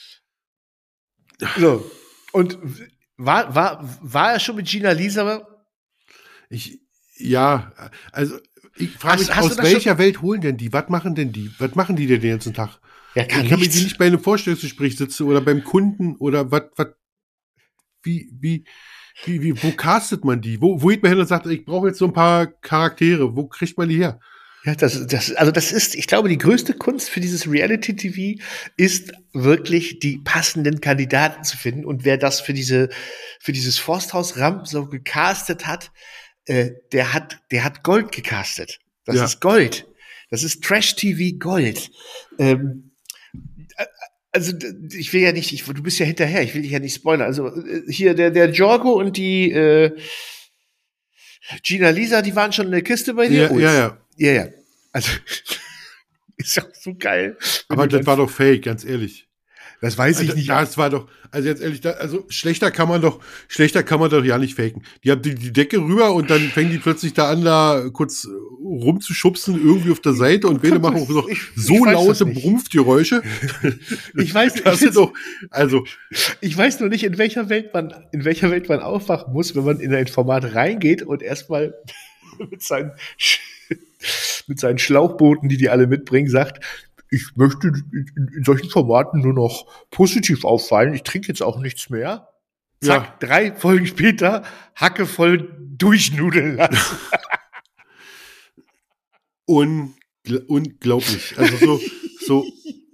So. Und war, war, war er schon mit Gina Lisa? ich, ja, also, ich frage Hast- mich, hast du aus das welcher Welt holen denn die? Was machen denn die? Was machen die denn den ganzen Tag? Ja, Ich kann mir die nicht bei einem Vorstellungsgespräch sitzen oder beim Kunden oder was, was, wie, wie, wie, wie, wo castet man die? Wo, wo geht man hin und sagt, ich brauche jetzt so ein paar Charaktere? Wo kriegt man die her? Ja, das, das, also das ist, ich glaube, die größte Kunst für dieses Reality-T V ist wirklich die passenden Kandidaten zu finden. Und wer das für diese, für dieses Forsthaus Ramp so gecastet hat, äh, der hat, der hat Gold gecastet. Das Ja. ist Gold. Das ist Trash-T V Gold. Ähm, äh, also d- ich will ja nicht, ich, du bist ja hinterher, ich will dich ja nicht spoilern. Also äh, hier der, der Jorgo und die äh, Gina Lisa, die waren schon in der Kiste bei dir. Ja, ja, ja. Ja, ja. Also, ist auch so geil. Wenn Aber die das dann- war doch fake, ganz ehrlich. Das weiß ich also, nicht. Das war doch, also jetzt ehrlich, da, also schlechter kann man doch, schlechter kann man doch ja nicht faken. Die haben die, die Decke rüber und dann fängen die plötzlich da an, da kurz rumzuschubsen, irgendwie auf der Seite und beide machen auch noch Ich- so ich weiß das laute nicht. Brumpfgeräusche. Ich weiß, Das ich, sind doch, also, ich weiß nur nicht, in welcher Welt man, in welcher Welt man aufwachen muss, wenn man in ein Format reingeht und erstmal mit seinen, Sch- mit seinen Schlauchbooten, die die alle mitbringen, sagt, ich möchte in, in, in solchen Formaten nur noch positiv auffallen. Ich trinke jetzt auch nichts mehr. Zack, Ja. drei Folgen später, Hacke voll durchnudeln lassen. ungl unglaublich. Also so, so,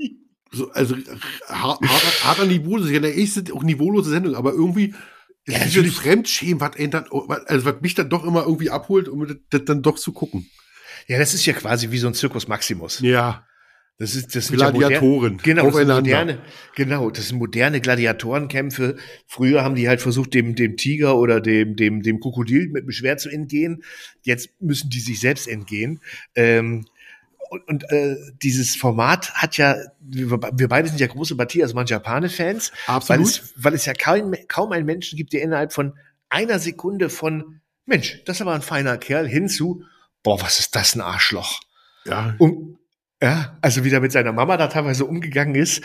so also har- harter, harter Niveau, das ist ja eine echte, auch niveaulose Sendung, aber irgendwie ist Ja, dieses natürlich. Fremdschämen, was einen dann, also was mich dann doch immer irgendwie abholt, um das, das dann doch zu gucken. Ja, das ist ja quasi wie so ein Zirkus Maximus. Ja. Das ist, das sind ja Gladiatoren moderne, genau, das sind aufeinander. moderne, genau, das sind moderne Gladiatorenkämpfe. Früher haben die halt versucht, dem, dem Tiger oder dem, dem, dem Krokodil mit dem Schwert zu entgehen. Jetzt müssen die sich selbst entgehen. Ähm, und und äh, dieses Format hat ja, wir, wir beide sind ja große Matthias Mangiapane-Fans, weil Absolut. es, weil es ja kaum, kaum einen Menschen gibt, der innerhalb von einer Sekunde von, Mensch, das ist aber ein feiner Kerl, hinzu, boah, was ist das ein Arschloch? Ja. Um, ja, also wie der mit seiner Mama da teilweise umgegangen ist,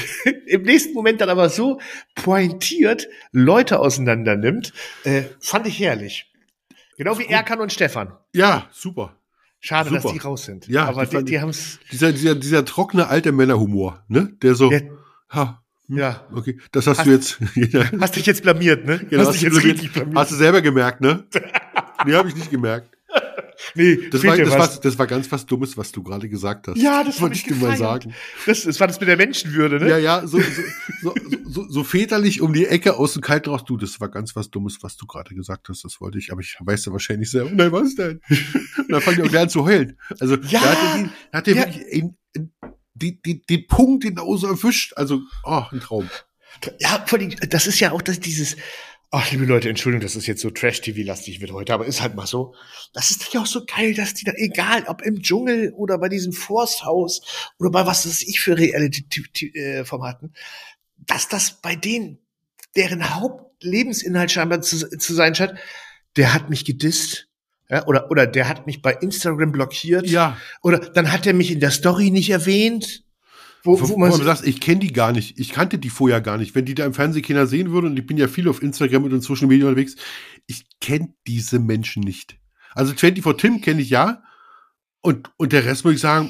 im nächsten Moment dann aber so pointiert Leute auseinander nimmt, äh, fand ich herrlich. Genau wie Erkan und Stefan. Ja, super. Schade, Super. dass die raus sind. Ja, aber die die, fand die ich- haben es. Dieser, dieser, dieser trockene alte Männerhumor, ne? Der so, Ja. ha, hm, Ja. okay, das hast, Hast- du jetzt, Hast dich jetzt blamiert, ne? Genau, hast dich jetzt du richtig blamiert. Hast du selber gemerkt, ne? Nee, habe ich nicht gemerkt. nee, Das fehlt war, dir das, was. war, das war ganz was Dummes, was du gerade gesagt hast. Ja, das hab wollte ich ich dir mal gefeiert. sagen. Das, das war das mit der Menschenwürde, ne? Ja, ja, so, so, so, so, so väterlich um die Ecke aus dem Kalt raus. Du, das war ganz was Dummes, was du gerade gesagt hast. Das wollte ich, aber ich weiß ja wahrscheinlich selber. Nein, was denn? Und dann fang ich auch gleich an zu heulen. Also, Ja, da hat er, die, da hat er ja. wirklich in, in, die, die, den Punkt genauso erwischt. Also, oh, ein Traum. Ja, vor allem, das ist ja auch das, dieses, ach, liebe Leute, Entschuldigung, dass es jetzt so Trash-T V-lastig wird heute, aber ist halt mal so. Das ist ja auch so geil, dass die da, egal, ob im Dschungel oder bei diesem Forsthaus oder bei was weiß ich für Reality-Formaten, dass das bei denen, deren Hauptlebensinhalt scheinbar zu, zu sein scheint, der hat mich gedisst. Ja, oder, oder der hat mich bei Instagram blockiert. Ja. Oder dann hat er mich in der Story nicht erwähnt. Wo, Wo, wo wo man man so- sagt, ich kenne die gar nicht. Ich kannte die vorher gar nicht. Wenn die da im Fernsehen Kinder sehen würden, und ich bin ja viel auf Instagram und in Social Media unterwegs, ich kenne diese Menschen nicht. Also vierundzwanzig Tim kenne ich ja. Und, und der Rest würde ich sagen,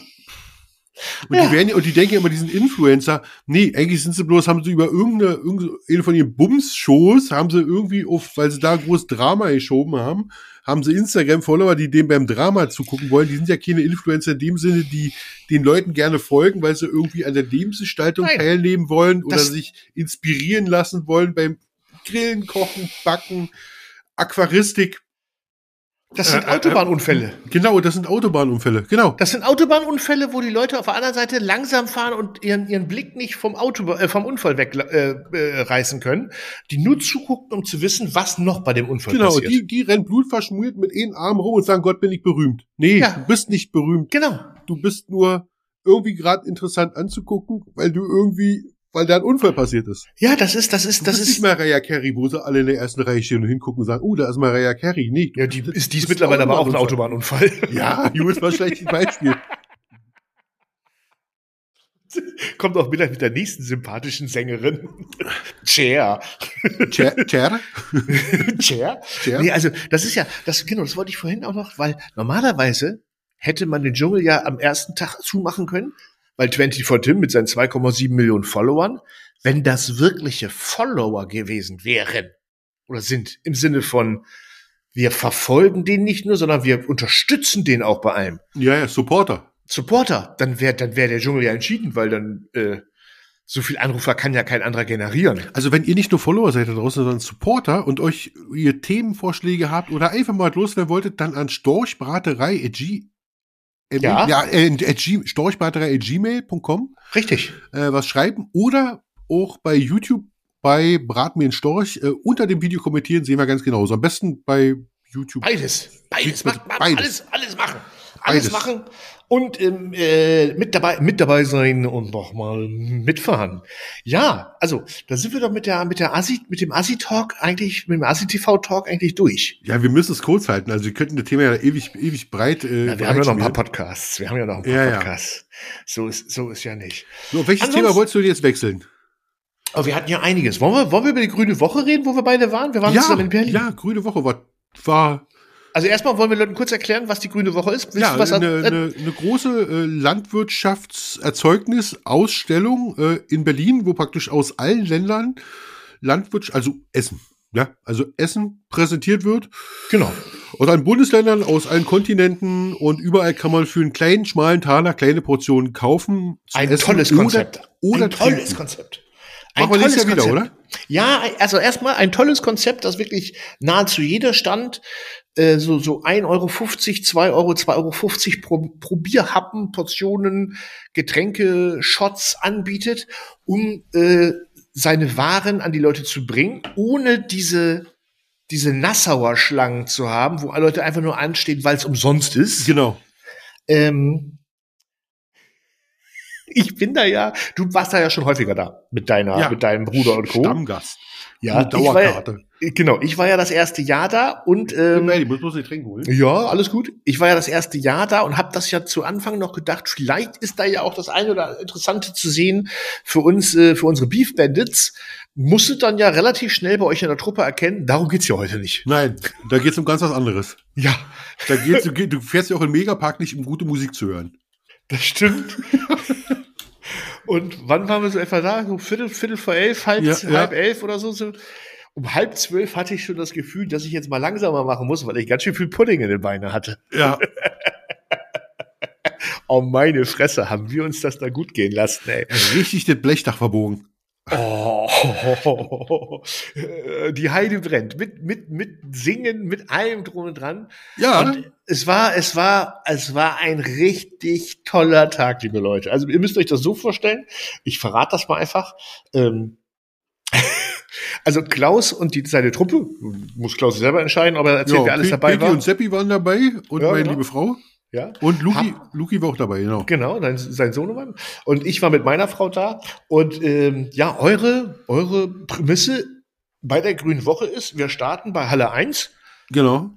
und, Ja. die werden, und die denken immer, diesen Influencer, nee, eigentlich sind sie bloß, haben sie über irgendeine, irgendeine von ihren Bums-Shows, haben sie irgendwie auf, weil sie da groß Drama geschoben haben, haben sie Instagram-Follower, die dem beim Drama zugucken wollen. Die sind ja keine Influencer in dem Sinne, die den Leuten gerne folgen, weil sie irgendwie an der Lebensgestaltung Nein. teilnehmen wollen oder Das- sich inspirieren lassen wollen beim Grillen, Kochen, Backen, Aquaristik. Das sind Äh, äh, Autobahnunfälle. Genau, das sind Autobahnunfälle. Genau. Das sind Autobahnunfälle, wo die Leute auf der anderen Seite langsam fahren und ihren, ihren Blick nicht vom Auto, äh, vom Unfall wegreißen äh, äh, reißen können, die nur zugucken, um zu wissen, was noch bei dem Unfall Genau, passiert. die, die rennen blutverschmiert mit einem Arm rum und sagen, Gott, bin ich berühmt. Nee, Ja. du bist nicht berühmt. Genau. Du bist nur irgendwie gerade interessant anzugucken, weil du irgendwie, weil da ein Unfall passiert ist. Ja, das ist, das ist, Du das bist nicht ist. Mariah Carey, wo sie alle in der ersten Reihe stehen und hingucken und sagen, oh, da ist Mariah Carey. Nee, du Ja, die bist- ist dies bist mittlerweile aber auch ein Autobahnunfall. Autobahnunfall. Ja, Jules war schlecht ein Beispiel. Kommt auch wieder mit der nächsten sympathischen Sängerin. Cher. Cher, Cher? Cher? Cher? Nee, also, das ist ja, das, genau, das wollte ich vorhin auch noch, weil normalerweise hätte man den Dschungel ja am ersten Tag zumachen können, weil vierundzwanzig Tim mit seinen zwei Komma sieben Millionen Followern, wenn das wirkliche Follower gewesen wären oder sind, im Sinne von, wir verfolgen den nicht nur, sondern wir unterstützen den auch bei allem. Ja, ja, Supporter. Supporter, dann wäre dann wär der Dschungel ja entschieden, weil dann äh, so viel Anrufer kann ja kein anderer generieren. Also wenn ihr nicht nur Follower seid da draußen, sondern Supporter und euch ihr Themenvorschläge habt oder einfach mal loswerden wolltet, dann an storchbraterei at g Ja. ja äh, at g storchbraterei at gmail punkt com Richtig. äh, was schreiben oder auch bei YouTube bei Brat mir einen Storch äh, unter dem Video kommentieren, sehen wir ganz genauso. Am besten bei YouTube. Beides. Beides. Beides. Mach, mach, alles, alles machen. alles Beides. machen und ähm, äh, mit dabei mit dabei sein und noch mal mitfahren. Ja, also da sind wir doch mit der mit der Assi mit dem Assi Talk eigentlich mit dem Assi T V Talk eigentlich durch. Ja, wir müssen es kurz halten. Also wir könnten das Thema ja ewig ewig breit. Äh, Ja, wir haben ja noch ein paar breitschmieren. Podcasts. Wir haben ja noch ein paar Ja, ja. Podcasts. So ist so ist ja nicht. So, auf welches Ansonsten- Thema wolltest du denn jetzt wechseln? Aber wir hatten ja einiges. Wollen wir wollen wir über die Grüne Woche reden, wo wir beide waren? Wir waren Ja, zusammen in Berlin. ja, Grüne Woche war war Also erstmal wollen wir Leuten kurz erklären, was die Grüne Woche ist. Willst ja du was eine, an- eine, eine große äh, Landwirtschaftserzeugnis-Ausstellung äh, in Berlin, wo praktisch aus allen Ländern Landwirtschaft, also Essen, ja, also Essen präsentiert wird. Genau. Aus allen Bundesländern, aus allen Kontinenten und überall kann man für einen kleinen, schmalen Taler kleine Portionen kaufen. zu Ein essen tolles oder- Konzept. Oder ein tolles trinken. Konzept. Machen wir nächstes Jahr wieder, Konzept. oder? Ja, also erstmal ein tolles Konzept, das wirklich nahezu jeder Stand äh, so so ein Euro fünfzig, zwei Euro, zwei Euro fünfzig pro, pro Bierhappen, Portionen, Getränke, Shots anbietet, um äh, seine Waren an die Leute zu bringen, ohne diese diese Nassauer Schlangen zu haben, wo alle Leute einfach nur anstehen, weil es umsonst ist. Genau. Ähm, ich bin da ja, du warst da ja schon häufiger da mit deiner, Ja. mit deinem Bruder und Co. Stammgast. Ja, Eine ich war ja, Dauerkarte. genau, ich war ja das erste Jahr da und ähm, Nein, ich muss bloß nicht trinken holen. ja, alles gut. Ich war ja das erste Jahr da und habe das ja zu Anfang noch gedacht, vielleicht ist da ja auch das eine oder Interessante zu sehen für uns, äh, für unsere Beef Bandits. Musstet dann ja relativ schnell bei euch in der Truppe erkennen, darum geht's ja heute nicht. Nein, da geht's um ganz was anderes. Ja, Da geht's, du, geh- du fährst ja auch im Megapark nicht, um gute Musik zu hören. das stimmt. Und wann waren wir so etwa da? So Viertel, Viertel vor elf, halb, Ja, ja. halb elf oder so, so. Um halb zwölf hatte ich schon das Gefühl, dass ich jetzt mal langsamer machen muss, weil ich ganz schön viel Pudding in den Beinen hatte. Ja. Oh, meine Fresse, haben wir uns das da gut gehen lassen, ey. Richtig das Blechdach verbogen. Oh, die Heide brennt. Mit, mit, mit Singen, mit allem drum und dran. Ja. Und es war, es war, es war ein richtig toller Tag, liebe Leute. Also ihr müsst euch das so vorstellen. Ich verrate das mal einfach. Ähm, also Klaus und die, seine Truppe, muss Klaus selber entscheiden, ob er erzählt, ja, wer alles Pe- dabei Peggy war. und Seppi waren dabei und Ja, meine genau. liebe Frau. Ja. Und Luki, Hab- Luki war auch dabei, genau. Genau, dein, sein Sohnemann. Und ich war mit meiner Frau da. Und ähm, ja, eure, eure Prämisse bei der Grünen Woche ist, wir starten bei Halle eins. Genau.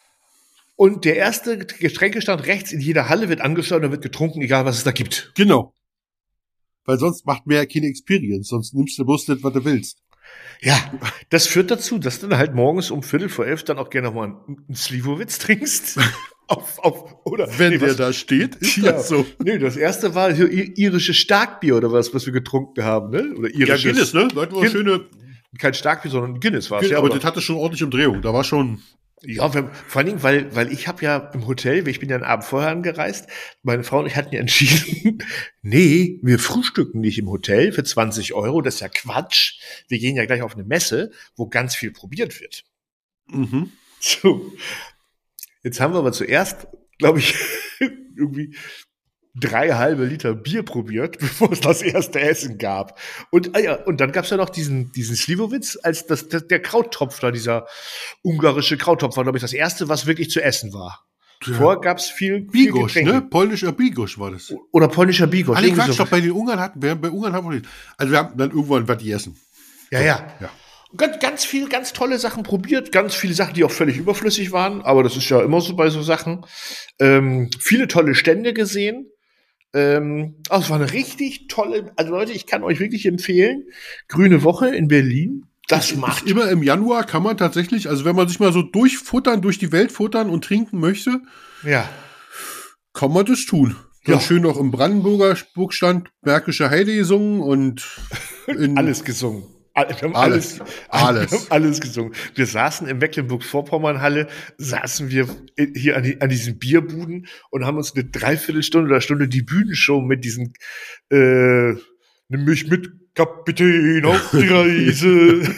Und der erste Getränkestand rechts in jeder Halle wird angesteuert und wird getrunken, egal was es da gibt. Genau. Weil sonst macht mehr keine Experience, sonst nimmst du bloß das, was du willst. Ja, das führt dazu, dass du dann halt morgens um Viertel vor elf dann auch gerne noch mal einen, einen Slivovitz trinkst. auf, auf, oder, Wenn nee, der was- da steht, ist Ja, das so. Nee, das erste war hier i- irisches Starkbier oder was, was wir getrunken haben, ne? Oder Ja, irisches. Guinness, ne? Leute, war Guin- schöne. Kein Starkbier, sondern Guinness war es. Ja, Ja, aber oder- das hatte schon ordentlich Umdrehung. Da war schon. Ja, wir, vor allen Dingen, weil, weil ich habe ja im Hotel, ich bin ja einen Abend vorher angereist, meine Frau und ich hatten ja entschieden, nee, wir frühstücken nicht im Hotel für zwanzig Euro, das ist ja Quatsch. Wir gehen ja gleich auf eine Messe, wo ganz viel probiert wird. Mhm. So, jetzt haben wir aber zuerst, glaube ich, irgendwie drei halbe Liter Bier probiert, bevor es das erste Essen gab. Und, ah ja, und dann gab's ja noch diesen, diesen Slivovitz, als das, das, der Krauttopf da, dieser ungarische Krauttopf war, glaube ich, das erste, was wirklich zu essen war. Ja. Vorher gab's viel, viel Bigosch, Getränke. ne? Polnischer Bigosch war das. Oder polnischer Bigosch. Ah, nee, irgendwie Quatsch, so. doch bei den Ungarn hatten wir, bei Ungarn haben wir nicht. Also wir haben dann irgendwann was gegessen. Ja, ja. Ja. Ganz, ganz viel, ganz tolle Sachen probiert, ganz viele Sachen, die auch völlig überflüssig waren, aber das ist ja immer so bei so Sachen. Ähm, viele tolle Stände gesehen. Ähm, oh, es war eine richtig tolle, also Leute, ich kann euch wirklich empfehlen, Grüne Woche in Berlin, das macht. Ist immer im Januar kann man tatsächlich, also wenn man sich mal so durchfuttern, durch die Welt futtern und trinken möchte, Ja, kann man das tun. Dann Ja. schön noch im Brandenburger Burgstand Märkische Heide gesungen und in alles gesungen. All- Wir haben Alles. alles, Alles. Wir haben alles gesungen. Wir saßen in Mecklenburg-Vorpommern-Halle, saßen wir hier an, die, an diesen Bierbuden und haben uns eine Dreiviertelstunde oder Stunde die Bühnenshow mit diesen äh, Nimm mich mit, Kapitän, auf die Reise.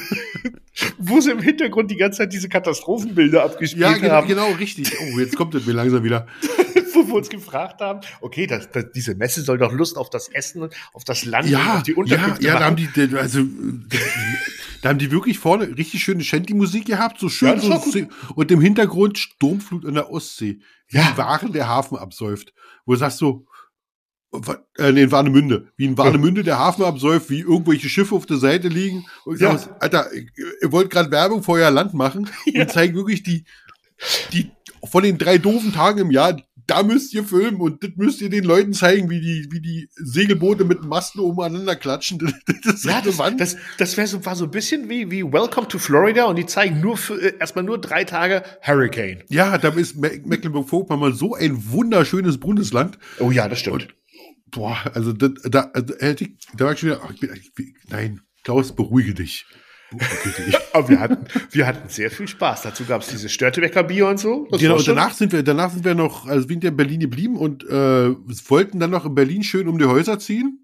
Wo sie im Hintergrund die ganze Zeit diese Katastrophenbilder abgespielt Ja, genau, haben. genau, richtig. Oh, jetzt kommt es mir langsam wieder. Wo wo wir uns gefragt haben, okay, das, das, diese Messe soll doch Lust auf das Essen, auf das Land, und Ja, auf die ja, Unterkünfte ja, da haben machen. die, also, da haben die wirklich vorne richtig schöne Shanty-Musik gehabt, so schön, Ja, das so, war gut. so, und im Hintergrund Sturmflut in der Ostsee. Wie Ja. Waren der Hafen absäuft. Wo du sagst so, wa- äh, nee, in Warnemünde. Wie in Warnemünde der Hafen absäuft, wie irgendwelche Schiffe auf der Seite liegen. Und ich Ja. sag, Alter, ihr wollt gerade Werbung für euer Land machen Ja. und zeigen wirklich die, die, von den drei doofen Tagen im Jahr, da müsst ihr filmen und das müsst ihr den Leuten zeigen, wie die, wie die Segelboote mit Masten umeinander klatschen. Das ist Ja, halt das, so Wand. das, das wär so, war so ein bisschen wie, wie Welcome to Florida und die zeigen nur für, äh, erstmal nur drei Tage Hurricane. Ja, da ist Me- Mecklenburg-Vorpommern so ein wunderschönes Bundesland. Oh ja, das stimmt. Boah, also da, da, da hätte ich, da war ich schon wieder, ach, ich bin, ich, bin- nein, Klaus, beruhige dich. Beruhige dich. Aber wir hatten, wir hatten sehr viel Spaß. Dazu gab es diese Störtebecker Bier und so. Das Genau, war und schon- danach sind wir, danach sind wir noch, also sind wir in Berlin geblieben und äh, wollten dann noch in Berlin schön um die Häuser ziehen.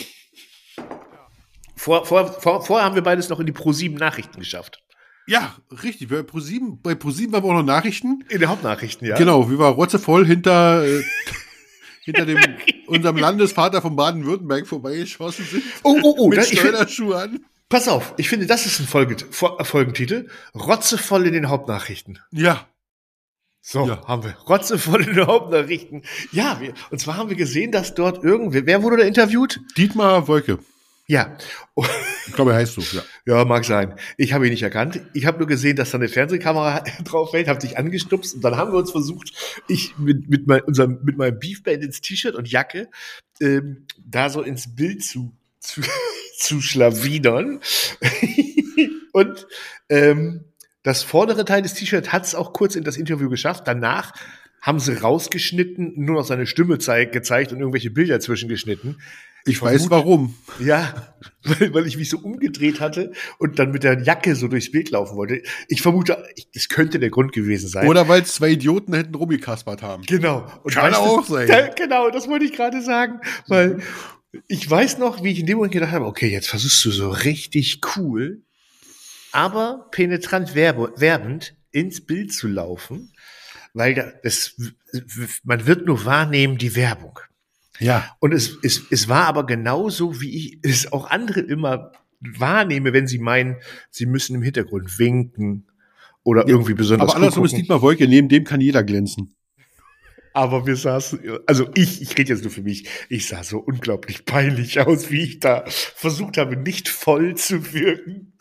Vor, vor, vor, vorher haben wir beides noch in die Pro sieben Nachrichten geschafft. Ja, richtig. Bei ProSieben, bei ProSieben waren wir auch noch Nachrichten. In den Hauptnachrichten, ja. Genau, wir waren rotzevoll hinter, äh, hinter dem, unserem Landesvater von Baden-Württemberg vorbeigeschossen sind. Oh, oh, oh, mit das, ich find, Schleuderschuhe an. pass auf, ich finde, das ist ein Folge, Fol- Folgentitel. Rotzevoll in den Hauptnachrichten. Ja. So, Ja. haben wir. Rotzevoll in den Hauptnachrichten. Ja, wir, und zwar haben wir gesehen, dass dort irgendwer, wer wurde da interviewt? Dietmar Wolke. Ja. Oh, Ich glaube, er heißt so, ja. ja, mag sein. Ich habe ihn nicht erkannt. Ich habe nur gesehen, dass da eine Fernsehkamera drauf fällt, habe dich angestupst und dann haben wir uns versucht, ich mit, mit, mein, unserem, mit meinem Beef Bandits T-Shirt und Jacke ähm, da so ins Bild zu, zu, zu schlawinern. Und ähm, das vordere Teil des T-Shirts hat es auch kurz in das Interview geschafft. Danach haben sie rausgeschnitten, nur noch seine Stimme zeig, gezeigt und irgendwelche Bilder zwischengeschnitten. Ich weiß warum. Ja, weil, weil ich mich so umgedreht hatte und dann mit der Jacke so durchs Bild laufen wollte. Ich vermute, ich, das könnte der Grund gewesen sein. Oder weil zwei Idioten hinten rumgekaspert haben. Genau. Und Kann weißt du, auch sein. Da, genau, das wollte ich gerade sagen. Weil ich weiß noch, wie ich in dem Moment gedacht habe, okay, jetzt versuchst du so richtig cool, aber penetrant werbe, werbend ins Bild zu laufen, weil da, das, man wird nur wahrnehmen die Werbung. Ja. Und es, es, es war aber genauso, wie ich es auch andere immer wahrnehme, wenn sie meinen, sie müssen im Hintergrund winken oder irgendwie besonders Aber andersrum ist gucken. Dietmar Wolke, neben dem kann jeder glänzen. Aber wir saßen, also ich, ich rede jetzt nur für mich, ich sah so unglaublich peinlich aus, wie ich da versucht habe, nicht voll zu wirken.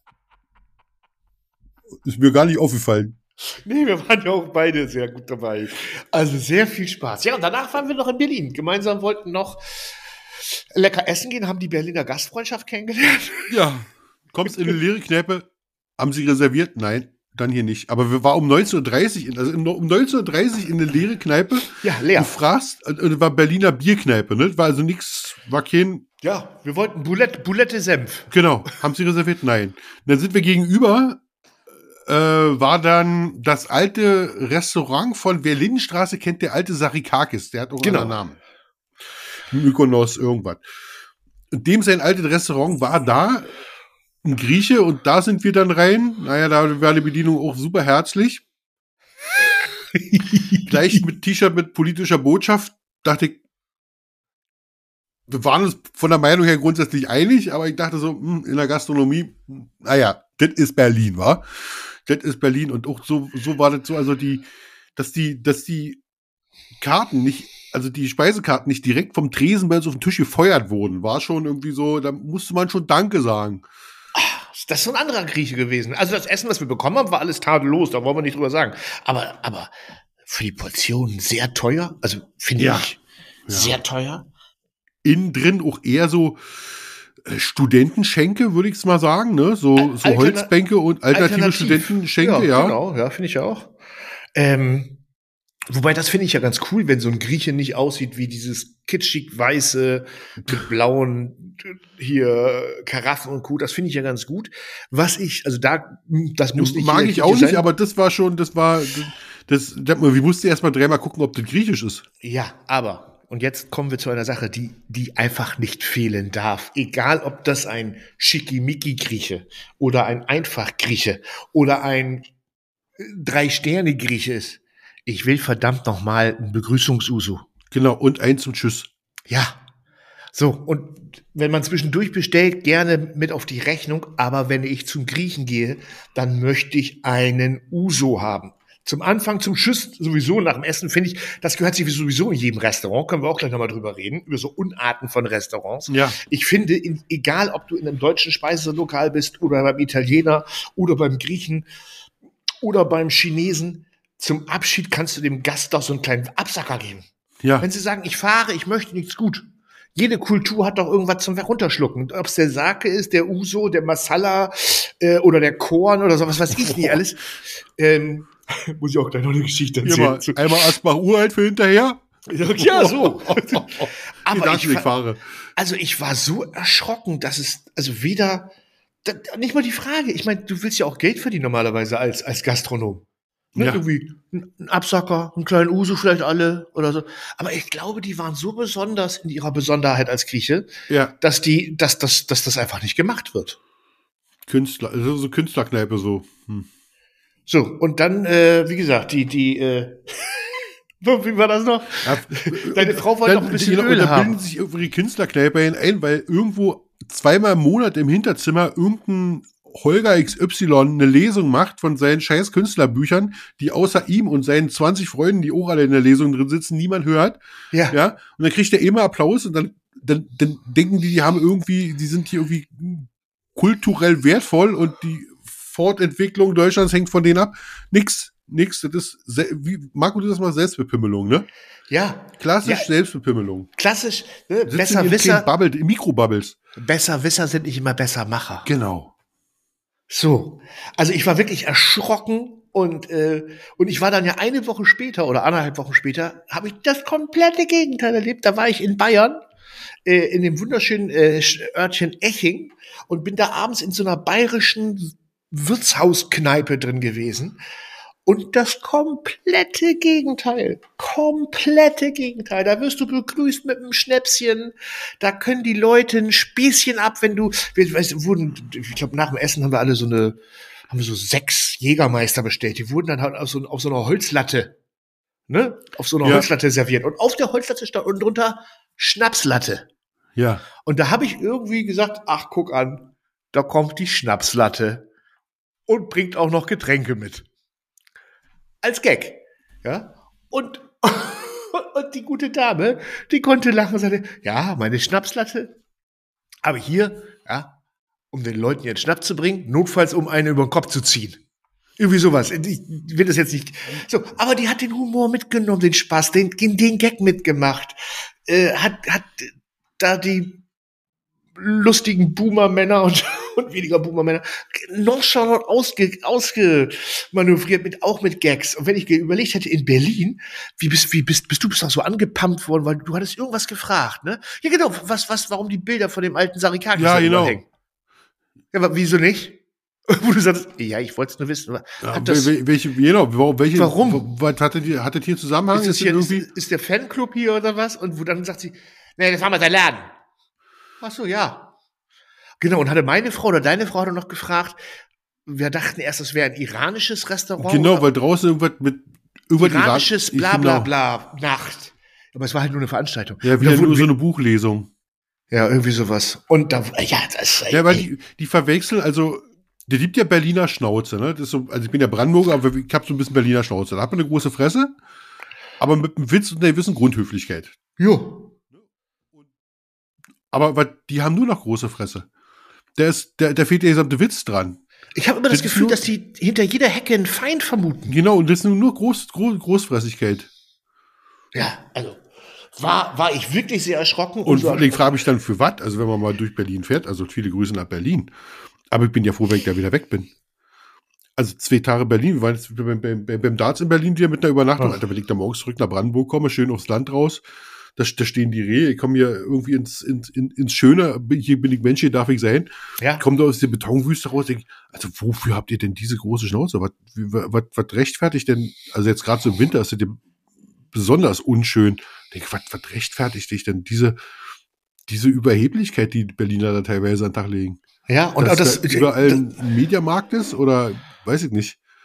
Ist mir gar nicht aufgefallen. Nee, wir waren ja auch beide sehr gut dabei. Also sehr viel Spaß. Ja, und danach waren wir noch in Berlin. Gemeinsam wollten noch lecker essen gehen, haben die Berliner Gastfreundschaft kennengelernt. Ja. Kommst in eine leere Kneipe. Haben sie reserviert? Nein, dann hier nicht. Aber wir waren um neunzehn Uhr dreißig, in- also um neunzehn Uhr dreißig in eine leere Kneipe. Ja, leer. Du fragst, äh, äh, war Berliner Bierkneipe, ne? War also nix, war kein, Ja, wir wollten Boulette, Boulette Senf. genau. Haben sie reserviert? Nein. Dann sind wir gegenüber, äh, war dann das alte Restaurant von, wer Lindenstraße kennt, der alte Sarikakis. Der hat auch Genau. einen Namen. Mykonos, irgendwas. Und dem sein altes Restaurant war da, ein Grieche, und da sind wir dann rein. Naja, da war die Bedienung auch super herzlich. Gleich mit T-Shirt mit politischer Botschaft, dachte ich, wir waren uns von der Meinung her grundsätzlich einig, aber ich dachte so, hm, in der Gastronomie, hm, naja, das ist Berlin, wa? Das ist Berlin, und auch so, so war das so, also die, dass die, dass die Karten nicht, also die Speisekarten nicht direkt vom Tresen bei uns auf den Tisch gefeuert wurden, war schon irgendwie so, da musste man schon Danke sagen. Das ist so ein anderer Grieche gewesen. Also das Essen, was wir bekommen haben, war alles tadellos, da wollen wir nicht drüber sagen. Aber, aber für die Portionen sehr teuer. Also finde Ja. ich sehr teuer. Innen drin auch eher so äh, Studentenschenke, würde ich es mal sagen, ne? So, so Alterna- Holzbänke und alternative Alternativ. Studentenschenke, ja. Genau, ja, finde ich auch. Ähm, wobei, das finde ich ja ganz cool, wenn so ein Grieche nicht aussieht wie dieses kitschig weiße mit blauen hier Karaffen und Co. Das finde ich ja ganz gut. Was ich, also da, das muss nicht Mag jeder ich auch Grieche nicht, sein. aber das war schon, das war, das, das wir mussten erst mal dreimal gucken, ob das griechisch ist. Ja, aber, und jetzt kommen wir zu einer Sache, die, die einfach nicht fehlen darf. Egal, ob das ein Schickimicki-Grieche oder ein Einfach-Grieche oder ein Drei-Sterne-Grieche ist. Ich will verdammt noch mal ein Begrüßungsuso. Genau, und eins zum Tschüss. Ja. So, und wenn man zwischendurch bestellt, gerne mit auf die Rechnung. Aber wenn ich zum Griechen gehe, dann möchte ich einen Uso haben. Zum Anfang, zum Tschüss sowieso nach dem Essen, finde ich, das gehört sich sowieso in jedem Restaurant. Können wir auch gleich nochmal drüber reden, über so Unarten von Restaurants. Ja. Ich finde, in, egal ob du in einem deutschen Speiselokal bist oder beim Italiener oder beim Griechen oder beim Chinesen, zum Abschied kannst du dem Gast doch so einen kleinen Absacker geben. Ja. Wenn sie sagen, ich fahre, ich möchte nichts, gut. Jede Kultur hat doch irgendwas zum Runterschlucken. Ob es der Sake ist, der Uso, der Masala äh, oder der Korn oder so, was weiß ich nicht alles. Ähm, muss ich auch gleich noch eine Geschichte erzählen. Mal, einmal Asbach uralt für hinterher. Ja, so. Aber ich, ich fahre. Also ich war so erschrocken, dass es, also weder, da, nicht mal die Frage. Ich meine, du willst ja auch Geld verdienen normalerweise als, als Gastronom. Ne, ja. Irgendwie ein Absacker, einen kleinen Uso vielleicht alle oder so. Aber ich glaube, die waren so besonders in ihrer Besonderheit als Grieche, ja. dass die, dass, dass, dass das einfach nicht gemacht wird. Künstler, also so Künstlerkneipe so. Hm. So, und dann, äh, wie gesagt, die, die, äh, wie war das noch? Ja, Deine Frau wollte noch ein bisschen genau, Öl da haben. bilden sich irgendwie die Künstlerkneipe ein, weil irgendwo zweimal im Monat im Hinterzimmer irgendein Holger X Y eine Lesung macht von seinen scheiß Künstlerbüchern, die außer ihm und seinen zwanzig Freunden, die auch alle in der Lesung drin sitzen, niemand hört. Ja. Ja. Und dann kriegt er immer Applaus und dann, dann, dann denken die, die haben irgendwie, die sind hier irgendwie kulturell wertvoll und die Fortentwicklung Deutschlands hängt von denen ab. Nix, nix. Das ist, wie, Marco, du das mal Selbstbepimmelung, ne? Ja. Klassisch ja. Selbstbepimmelung. Klassisch, ne? Sitzen Besserwisser. Bubble, Mikrobubbles. Besserwisser sind nicht immer Bessermacher. Genau. So. Also ich war wirklich erschrocken und, äh, und ich war dann ja eine Woche später oder anderthalb Wochen später, habe ich das komplette Gegenteil erlebt. Da war ich in Bayern, äh, in dem wunderschönen äh, Örtchen Eching und bin da abends in so einer bayerischen Wirtshauskneipe drin gewesen. Und das komplette Gegenteil. Komplette Gegenteil. Da wirst du begrüßt mit einem Schnäpschen. Da können die Leute ein Späßchen ab, wenn du, wir, weißt, wurden, ich glaube, nach dem Essen haben wir alle so eine, haben wir so sechs Jägermeister bestellt. Die wurden dann halt auf so, auf so einer Holzlatte, ne? Auf so einer ja. Holzlatte serviert. Und auf der Holzlatte stand unten drunter Schnapslatte. Ja. Und da habe ich irgendwie gesagt, ach, guck an, da kommt die Schnapslatte. Und bringt auch noch Getränke mit. Als Gag. Ja. Und, und die gute Dame, die konnte lachen und sagte, ja, meine Schnapslatte. Aber hier, ja, um den Leuten jetzt Schnaps zu bringen, notfalls um einen über den Kopf zu ziehen. Irgendwie sowas. Ich will das jetzt nicht. So, aber die hat den Humor mitgenommen, den Spaß, den, den Gag mitgemacht. Äh, hat, hat da die lustigen Boomer-Männer und, und weniger Boomer-Männer nonchalant ausge, ausgemanövriert, mit, auch mit Gags. Und wenn ich überlegt hätte, in Berlin, wie bist, wie bist, bist du bist auch so angepumpt worden, weil du hattest irgendwas gefragt, ne? Ja, genau, was, was, warum die Bilder von dem alten Sarikakis ja, genau. hängen. Ja, aber wieso nicht? Wo du sagst, ja, ich wollte es nur wissen. Ja, das, welche, genau, welche, warum? Was hattet ihr, hattet hier Zusammenhang? Ist, das hier, irgendwie? Ist, ist der Fanclub hier oder was? Und wo dann sagt sie, nee, das war mal der Laden. Ach so, ja. Genau, und hatte meine Frau oder deine Frau noch gefragt, wir dachten erst, es wäre ein iranisches Restaurant. Genau, weil draußen irgendwas mit über iranisches Iran, bla bla bla Nacht. Aber es war halt nur eine Veranstaltung. Ja, wieder nur so eine Buchlesung. Ja, irgendwie sowas. Und da, ja, das Ja, weil die, die verwechseln, also, der liebt ja Berliner Schnauze, ne? Das ist so, also ich bin ja Brandenburger, aber ich hab so ein bisschen Berliner Schnauze. Da hat man eine große Fresse, aber mit einem Witz und einer gewissen Grundhöflichkeit. Jo. Aber was, die haben nur noch große Fresse. Der ist, der, der fehlt der gesamte Witz dran. Ich habe immer das, das Gefühl, nur, dass die hinter jeder Hecke einen Feind vermuten. Genau, und das ist nur Groß, Groß, Großfressigkeit. Ja, also war, war ich wirklich sehr erschrocken. Und, und ich frage mich dann, für was? Also wenn man mal durch Berlin fährt, also viele Grüße nach Berlin. Aber ich bin ja froh, wenn ich da wieder weg bin. Also zwei Tage Berlin, wir waren jetzt beim, beim, beim Darts in Berlin wieder mit einer Übernachtung. Ach. Alter, wenn ich da morgens zurück nach Brandenburg komme, schön aufs Land raus, da, da stehen die Rehe, ich komme hier irgendwie ins, ins, ins Schöne, hier bin ich Mensch, hier darf ich sein. Ja. Ich komme da aus der Betonwüste raus, denke, also wofür habt ihr denn diese große Schnauze? Was, was, was rechtfertigt denn, also jetzt gerade so im Winter ist das ja besonders unschön. Ich denke, was, was rechtfertigt dich denn diese, diese Überheblichkeit, die Berliner da teilweise an den Tag legen? Ja, und dass das da überall ein Mediamarkt ist oder weiß ich nicht.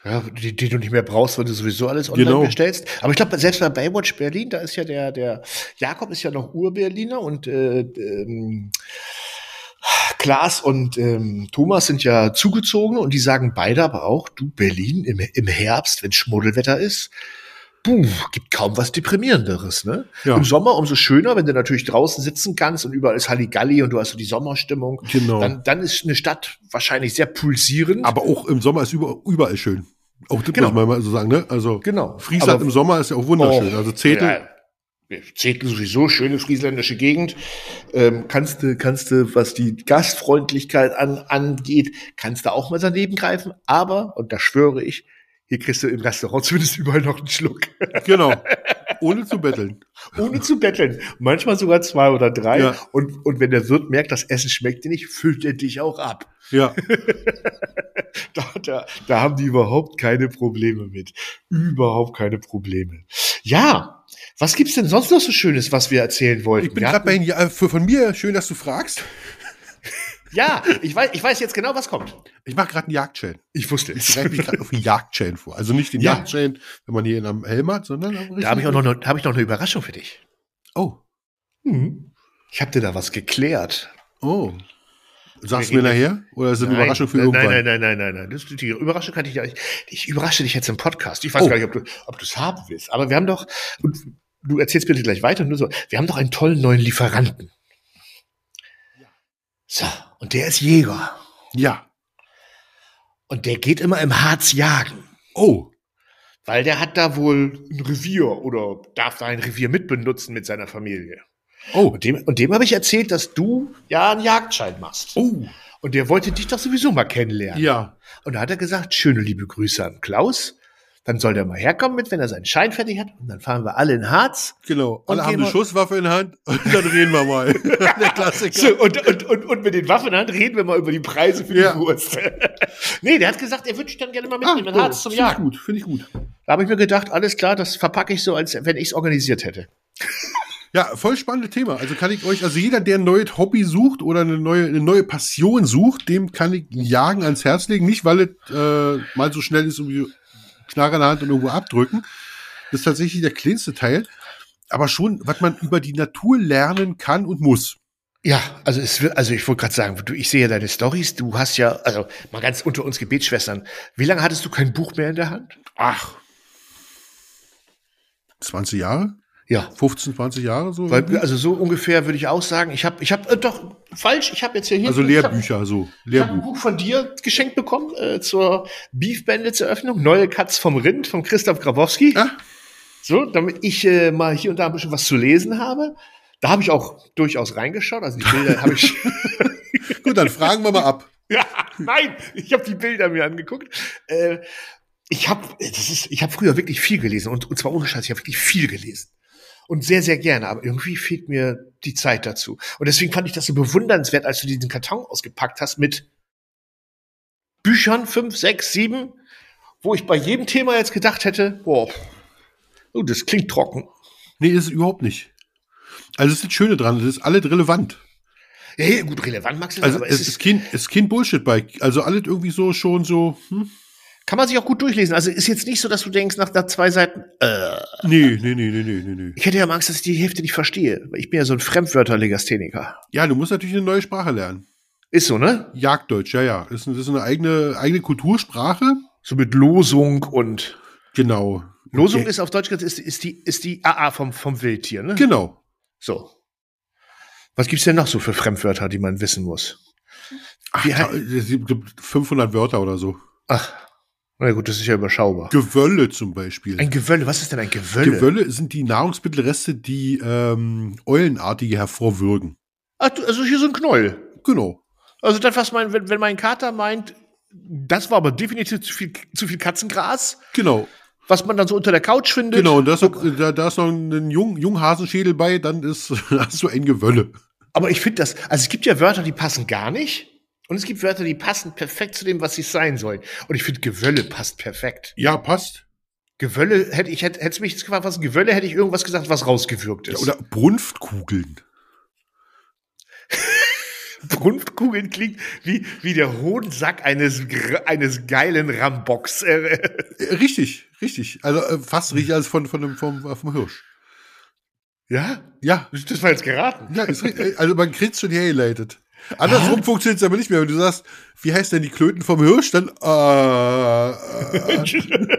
Ja, die, die du nicht mehr brauchst, weil du sowieso alles online Genau. bestellst. Aber ich glaube, selbst bei Baywatch Berlin, da ist ja der, der Jakob ist ja noch Ur-Berliner und äh, ähm, Klaas und ähm, Thomas sind ja zugezogen und die sagen beide aber auch, du, Berlin im, im Herbst, wenn Schmuddelwetter ist, puh, gibt kaum was Deprimierenderes, ne? Ja. Im Sommer umso schöner, wenn du natürlich draußen sitzen kannst und überall ist Halligalli und du hast so die Sommerstimmung. Genau. Dann, dann ist eine Stadt wahrscheinlich sehr pulsierend. Aber auch im Sommer ist über, überall schön. Auch das Genau. muss man mal so sagen, ne? Also Genau. Friesland Aber- im Sommer ist ja auch wunderschön. Oh, also Zetel, ja, Zetel sowieso, schöne friesländische Gegend. Ähm, kannst du, kannst du, was die Gastfreundlichkeit an, angeht, kannst du auch mal daneben greifen. Aber, und da schwöre ich, hier kriegst du im Restaurant zumindest überall noch einen Schluck. genau. Ohne zu betteln. Ohne zu betteln. Manchmal sogar zwei oder drei. Ja. Und, und wenn der Wirt merkt, das Essen schmeckt dir nicht, füllt er dich auch ab. Ja. Da, da, da haben die überhaupt keine Probleme mit. Überhaupt keine Probleme. Ja, was gibt's denn sonst noch so Schönes, was wir erzählen wollten? Ich bin Wir gerade bei hatten- Ihnen, ja, für, von mir schön, dass du fragst. Ja, ich weiß, ich weiß jetzt genau, was kommt. Ich mache gerade einen Jagdschein. Ich wusste Ich es. bereite mich gerade auf einen Jagdschein vor. Also nicht den Ja. Jagdschein, wenn man hier am Helm hat, sondern am Da habe ich auch noch, ne- hab ich noch eine Überraschung für dich. Oh, Ich habe dir da was geklärt. oh. Sagst du Wir mir reden- nachher? Oder ist das eine Nein, Überraschung für nein, irgendwann? Nein, nein, nein, nein, nein. Das, die Überraschung kann ich ja nicht. Ich überrasche dich jetzt im Podcast. Ich weiß Oh. gar nicht, ob du ob du es haben willst. Aber wir haben doch, und du erzählst bitte gleich weiter, nur so, wir haben doch einen tollen neuen Lieferanten. So, und der ist Jäger. Ja. Und der geht immer im Harz jagen. Oh, Weil der hat da wohl ein Revier oder darf da ein Revier mitbenutzen mit seiner Familie. oh, Und dem, und dem habe ich erzählt, dass du ja einen Jagdschein machst. oh. Und der wollte dich doch sowieso mal kennenlernen. Ja. Und da hat er gesagt, schöne liebe Grüße an Klaus. Dann soll der mal herkommen mit, wenn er seinen Schein fertig hat. Und dann fahren wir alle in Harz. Genau. Und Alle haben gehen eine wir- Schusswaffe in der Hand und dann reden wir mal. Der Klassiker. So, und, und, und, und mit den Waffen in der Hand reden wir mal über die Preise für die Ja. Wurst. Nee, der hat gesagt, er würde dich dann gerne mal mitnehmen in oh, Harz zum Finde ich Jagen. gut, finde ich gut. Da habe ich mir gedacht, alles klar, das verpacke ich so, als wenn ich es organisiert hätte. Ja, voll spannendes Thema. Also kann ich euch, also jeder, der ein neues Hobby sucht oder eine neue, eine neue Passion sucht, dem kann ich Jagen ans Herz legen. Nicht, weil es äh, mal so schnell ist, irgendwie Knarre in der Hand und irgendwo abdrücken. Das ist tatsächlich der kleinste Teil. Aber schon, was man über die Natur lernen kann und muss. Ja, also es wird, also ich wollte gerade sagen, du, ich sehe ja deine Stories, du hast ja, also mal ganz unter uns Gebetsschwestern, wie lange hattest du kein Buch mehr in der Hand? Ach. zwanzig Jahre? Ja. fünfzehn, zwanzig Jahre so? Weil, also so ungefähr würde ich auch sagen, ich habe, ich habe, äh, doch, falsch, ich habe jetzt hier, hier also ich Lehrbücher, so. hab- Ich habe ein Lehrbuch. Buch von dir geschenkt bekommen äh, zur Beef Bandits Eröffnung, Neue Katz vom Rind von Christoph Grabowski. Ja. So, damit ich äh, mal hier und da ein bisschen was zu lesen habe. Da habe ich auch durchaus reingeschaut, also die Bilder habe ich. Gut, dann fragen wir mal ab. Ja, nein, ich habe die Bilder mir angeguckt. Äh, ich habe, das ist, ich habe früher wirklich viel gelesen und, und zwar ohne Scheiß, ich habe wirklich viel gelesen und sehr, sehr gerne. Aber irgendwie fehlt mir die Zeit dazu. Und deswegen fand ich das so bewundernswert, als du diesen Karton ausgepackt hast mit Büchern fünf, sechs, sieben, wo ich bei jedem Thema jetzt gedacht hätte, boah, oh, das klingt trocken. Nee, ist es überhaupt nicht. Also, es ist das Schöne dran, es ist alles relevant. Ja, ja, gut, relevant magst du das, Also, aber es es ist ist, kein, es ist kein Bullshit bei, also alles irgendwie so schon so, hm? kann man sich auch gut durchlesen. Also ist jetzt nicht so, dass du denkst, nach, nach zwei Seiten, äh, Nee, nee, nee, nee, nee, nee, nee. ich hätte ja Angst, dass ich die Hälfte nicht verstehe. Weil ich bin ja so ein Fremdwörter-Legastheniker. Ja, du musst natürlich eine neue Sprache lernen. Ist so, ne? Jagddeutsch, ja, ja. Das ist, das ist eine eigene, eigene Kultursprache. So mit Losung und Genau. Losung Okay. ist auf Deutsch gesagt, ist, ist die, ist die A A vom, vom Wildtier, ne? Genau. So. Was gibt's denn noch so für Fremdwörter, die man wissen muss? Ach, Wie da, es gibt fünfhundert Wörter oder so. Ach, na gut, das ist ja überschaubar. Gewölle zum Beispiel. Ein Gewölle, was ist denn ein Gewölle? Gewölle sind die Nahrungsmittelreste, die ähm, Eulenartige hervorwürgen. Ach, du, also hier so ein Knäuel. Genau. Also das, was mein, wenn, wenn mein Kater meint, das war aber definitiv zu viel, zu viel Katzengras, Genau. was man dann so unter der Couch findet. Genau, und da ist, noch, da, da ist noch ein Jung, Junghasenschädel bei, dann ist, hast du ein Gewölle. Aber ich finde das, also es gibt ja Wörter, die passen gar nicht. Und es gibt Wörter, die passen perfekt zu dem, was sie sein sollen. Und ich finde, Gewölle passt perfekt. Ja, passt. Gewölle, hätte ich, hätte, hättest du mich jetzt gefragt, was ein Gewölle, hätte ich irgendwas gesagt, was rausgewürgt ist. Oder Brunftkugeln. Brunftkugeln klingt wie, wie der Hodensack eines, gr- eines geilen Ramboks. Äh, Äh, Richtig, richtig. Also äh, fast richtig als von, von dem, vom, äh, vom Hirsch. ja? Ja, Das war jetzt geraten. ja, ist richtig. Also man kriegt schon hergeleitet. Andersrum funktioniert es aber nicht mehr. Wenn du sagst, wie heißt denn die Klöten vom Hirsch, dann äh, äh,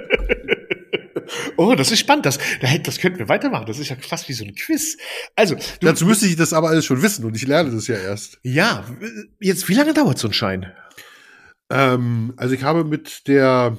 Oh, das ist spannend. Das, das könnten wir weitermachen. Das ist ja fast wie so ein Quiz. Also, du, dazu müsste ich das aber alles schon wissen und ich lerne das ja erst. ja, jetzt, wie lange dauert so ein Schein? Ähm, also ich habe mit der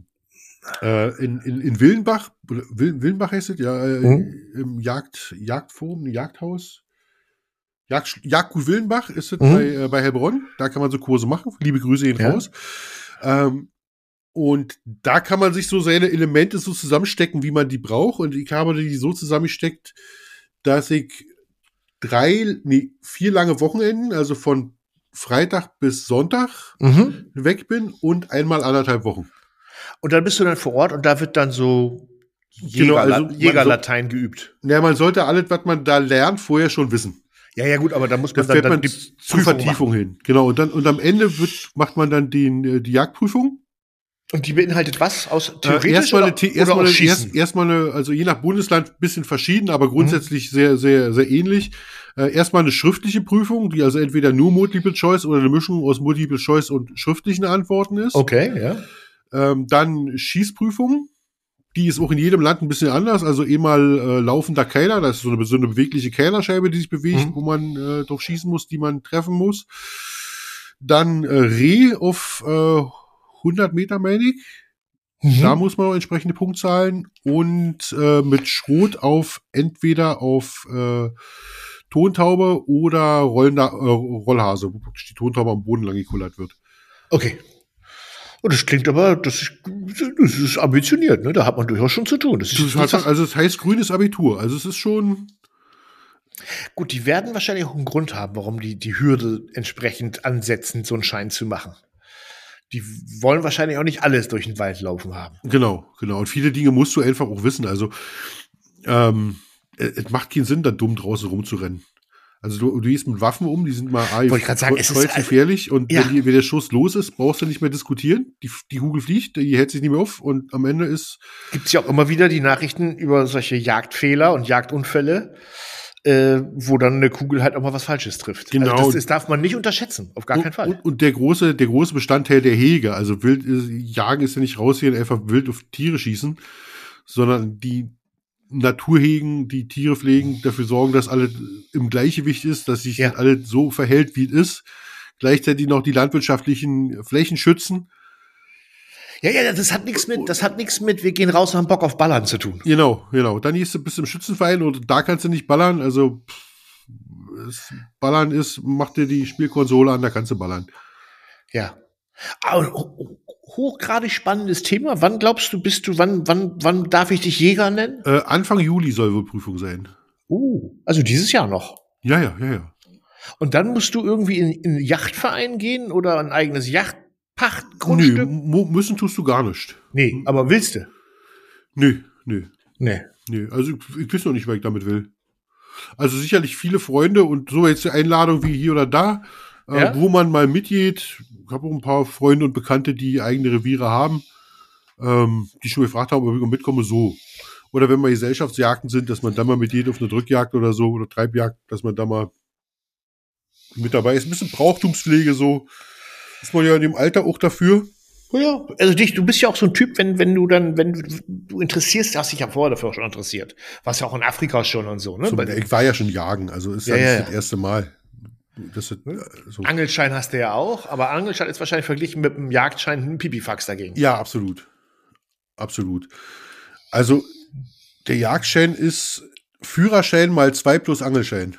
äh, in, in, in Willenbach, oder Will, Willenbach heißt es, ja, äh, Mhm. im Jagd, Jagdforum, Jagdhaus. Jagd, Jagdgut Willenbach ist es Mhm. bei, äh, bei Heilbronn. Da kann man so Kurse machen. Liebe Grüße gehen Ja. raus. Ähm, und da kann man sich so seine Elemente so zusammenstecken, wie man die braucht. Und ich habe die so zusammengesteckt, dass ich drei, nee, vier lange Wochenenden, also von Freitag bis Sonntag Mhm. weg bin und einmal anderthalb Wochen. Und dann bist du dann vor Ort und da wird dann so Genau, Jägerla also man Jägerlatein geübt. Ja, man sollte alles, was man da lernt, vorher schon wissen. Ja, ja, gut, aber da muss Da man dann, fährt dann man die zur Vertiefung machen. hin. Genau, und dann und am Ende wird, macht man dann den, äh, die Jagdprüfung. Und die beinhaltet was? Aus theoretisch Äh, erstmal oder, eine, The- oder erstmal aus eine, Schießen? erst, erstmal eine, also je nach Bundesland ein bisschen verschieden, aber grundsätzlich sehr, sehr, sehr ähnlich. Äh, erstmal eine schriftliche Prüfung, die also entweder nur Multiple Choice oder eine Mischung aus Multiple Choice und schriftlichen Antworten ist. Okay, ja. Ähm, dann Schießprüfung. Die ist auch in jedem Land ein bisschen anders. Also einmal äh, laufender Keiler, das ist so eine, so eine bewegliche Keilerscheibe, die sich bewegt, Mhm. wo man äh, drauf schießen muss, die man treffen muss. Dann äh, Reh auf äh, hundert Meter, meine ich. Mhm. Da muss man auch entsprechende Punktzahlen. Und äh, mit Schrot auf entweder auf äh, Tontaube oder rollender, äh, Rollhase, wo praktisch die Tontaube am Boden lang gekullert wird. Okay. Und das klingt aber, das ist, das ist ambitioniert, ne? Da hat man durchaus schon zu tun. Das ist, Das ist nichts, halt, was- also es heißt grünes Abitur. Also es ist schon. gut, die werden wahrscheinlich auch einen Grund haben, warum die die Hürde entsprechend ansetzen, so einen Schein zu machen. Die wollen wahrscheinlich auch nicht alles durch den Wald laufen haben. Genau, genau. Und viele Dinge musst du einfach auch wissen. Also, ähm, es es macht keinen Sinn, da dumm draußen rumzurennen. Also du, du gehst mit Waffen um, die sind mal A, Wollte ich grad sagen, es ist also- gefährlich und Ja. wenn, die, wenn der Schuss los ist, brauchst du nicht mehr diskutieren. Die, die Kugel fliegt, die hält sich nicht mehr auf und am Ende ist Gibt es ja auch immer wieder die Nachrichten über solche Jagdfehler und Jagdunfälle, äh, wo dann eine Kugel halt auch mal was Falsches trifft. Genau. Also das, das darf man nicht unterschätzen, auf gar keinen Fall. Und, und der große, der große Bestandteil der Hege, also wild ist, jagen ist ja nicht rausgehen, einfach wild auf Tiere schießen, sondern die Naturhegen, die Tiere pflegen, dafür sorgen, dass alles im Gleichgewicht ist, dass sich Ja. alles so verhält, wie es ist. Gleichzeitig noch die landwirtschaftlichen Flächen schützen. Ja, ja, das hat nichts mit, das hat nichts mit, wir gehen raus und haben Bock auf Ballern zu tun. Genau, genau. Dann gehst du bis zum Schützenverein und da kannst du nicht ballern. Also pff, es, Ballern ist, mach dir die Spielkonsole an, da kannst du ballern. Ja. Aber ho- hochgradig spannendes Thema. Wann glaubst du, bist du, wann, wann, wann darf ich dich Jäger nennen? Äh, Anfang Juli soll wohl Prüfung sein. Uh, also dieses Jahr noch. Ja, ja, ja, ja. Und dann musst du irgendwie in, in einen Yachtverein gehen oder ein eigenes Nö, Yachtpachtgrundstück? mu- müssen tust du gar nicht. Nee, aber willst du? Nö, nö, Nee. nö. Also ich, ich weiß noch nicht, was ich damit will. Also sicherlich viele Freunde und so jetzt eine Einladung wie hier oder da, äh, Ja? wo man mal mitgeht. Ich habe auch ein paar Freunde und Bekannte, die eigene Reviere haben, ähm, die schon gefragt haben, ob ich mitkomme, so. Oder wenn mal Gesellschaftsjagden sind, dass man da mal mit jedem auf eine Drückjagd oder so oder Treibjagd, dass man da mal mit dabei ist. Ein bisschen Brauchtumspflege so. Ist man ja in dem Alter auch dafür. Ja, also dich, du bist ja auch so ein Typ, wenn, wenn du dann, wenn du, du interessierst, hast dich ja vorher dafür schon interessiert. Warst ja auch in Afrika schon und so, ne? So, Bei- ich war ja schon jagen, also ist ja, Ja, nicht ja, das ja. erste Mal. Das ist, äh, so. Angelschein hast du ja auch, aber Angelschein ist wahrscheinlich verglichen mit dem Jagdschein ein Pipifax dagegen. Ja, absolut. Absolut. Also, der Jagdschein ist Führerschein mal zwei plus Angelschein.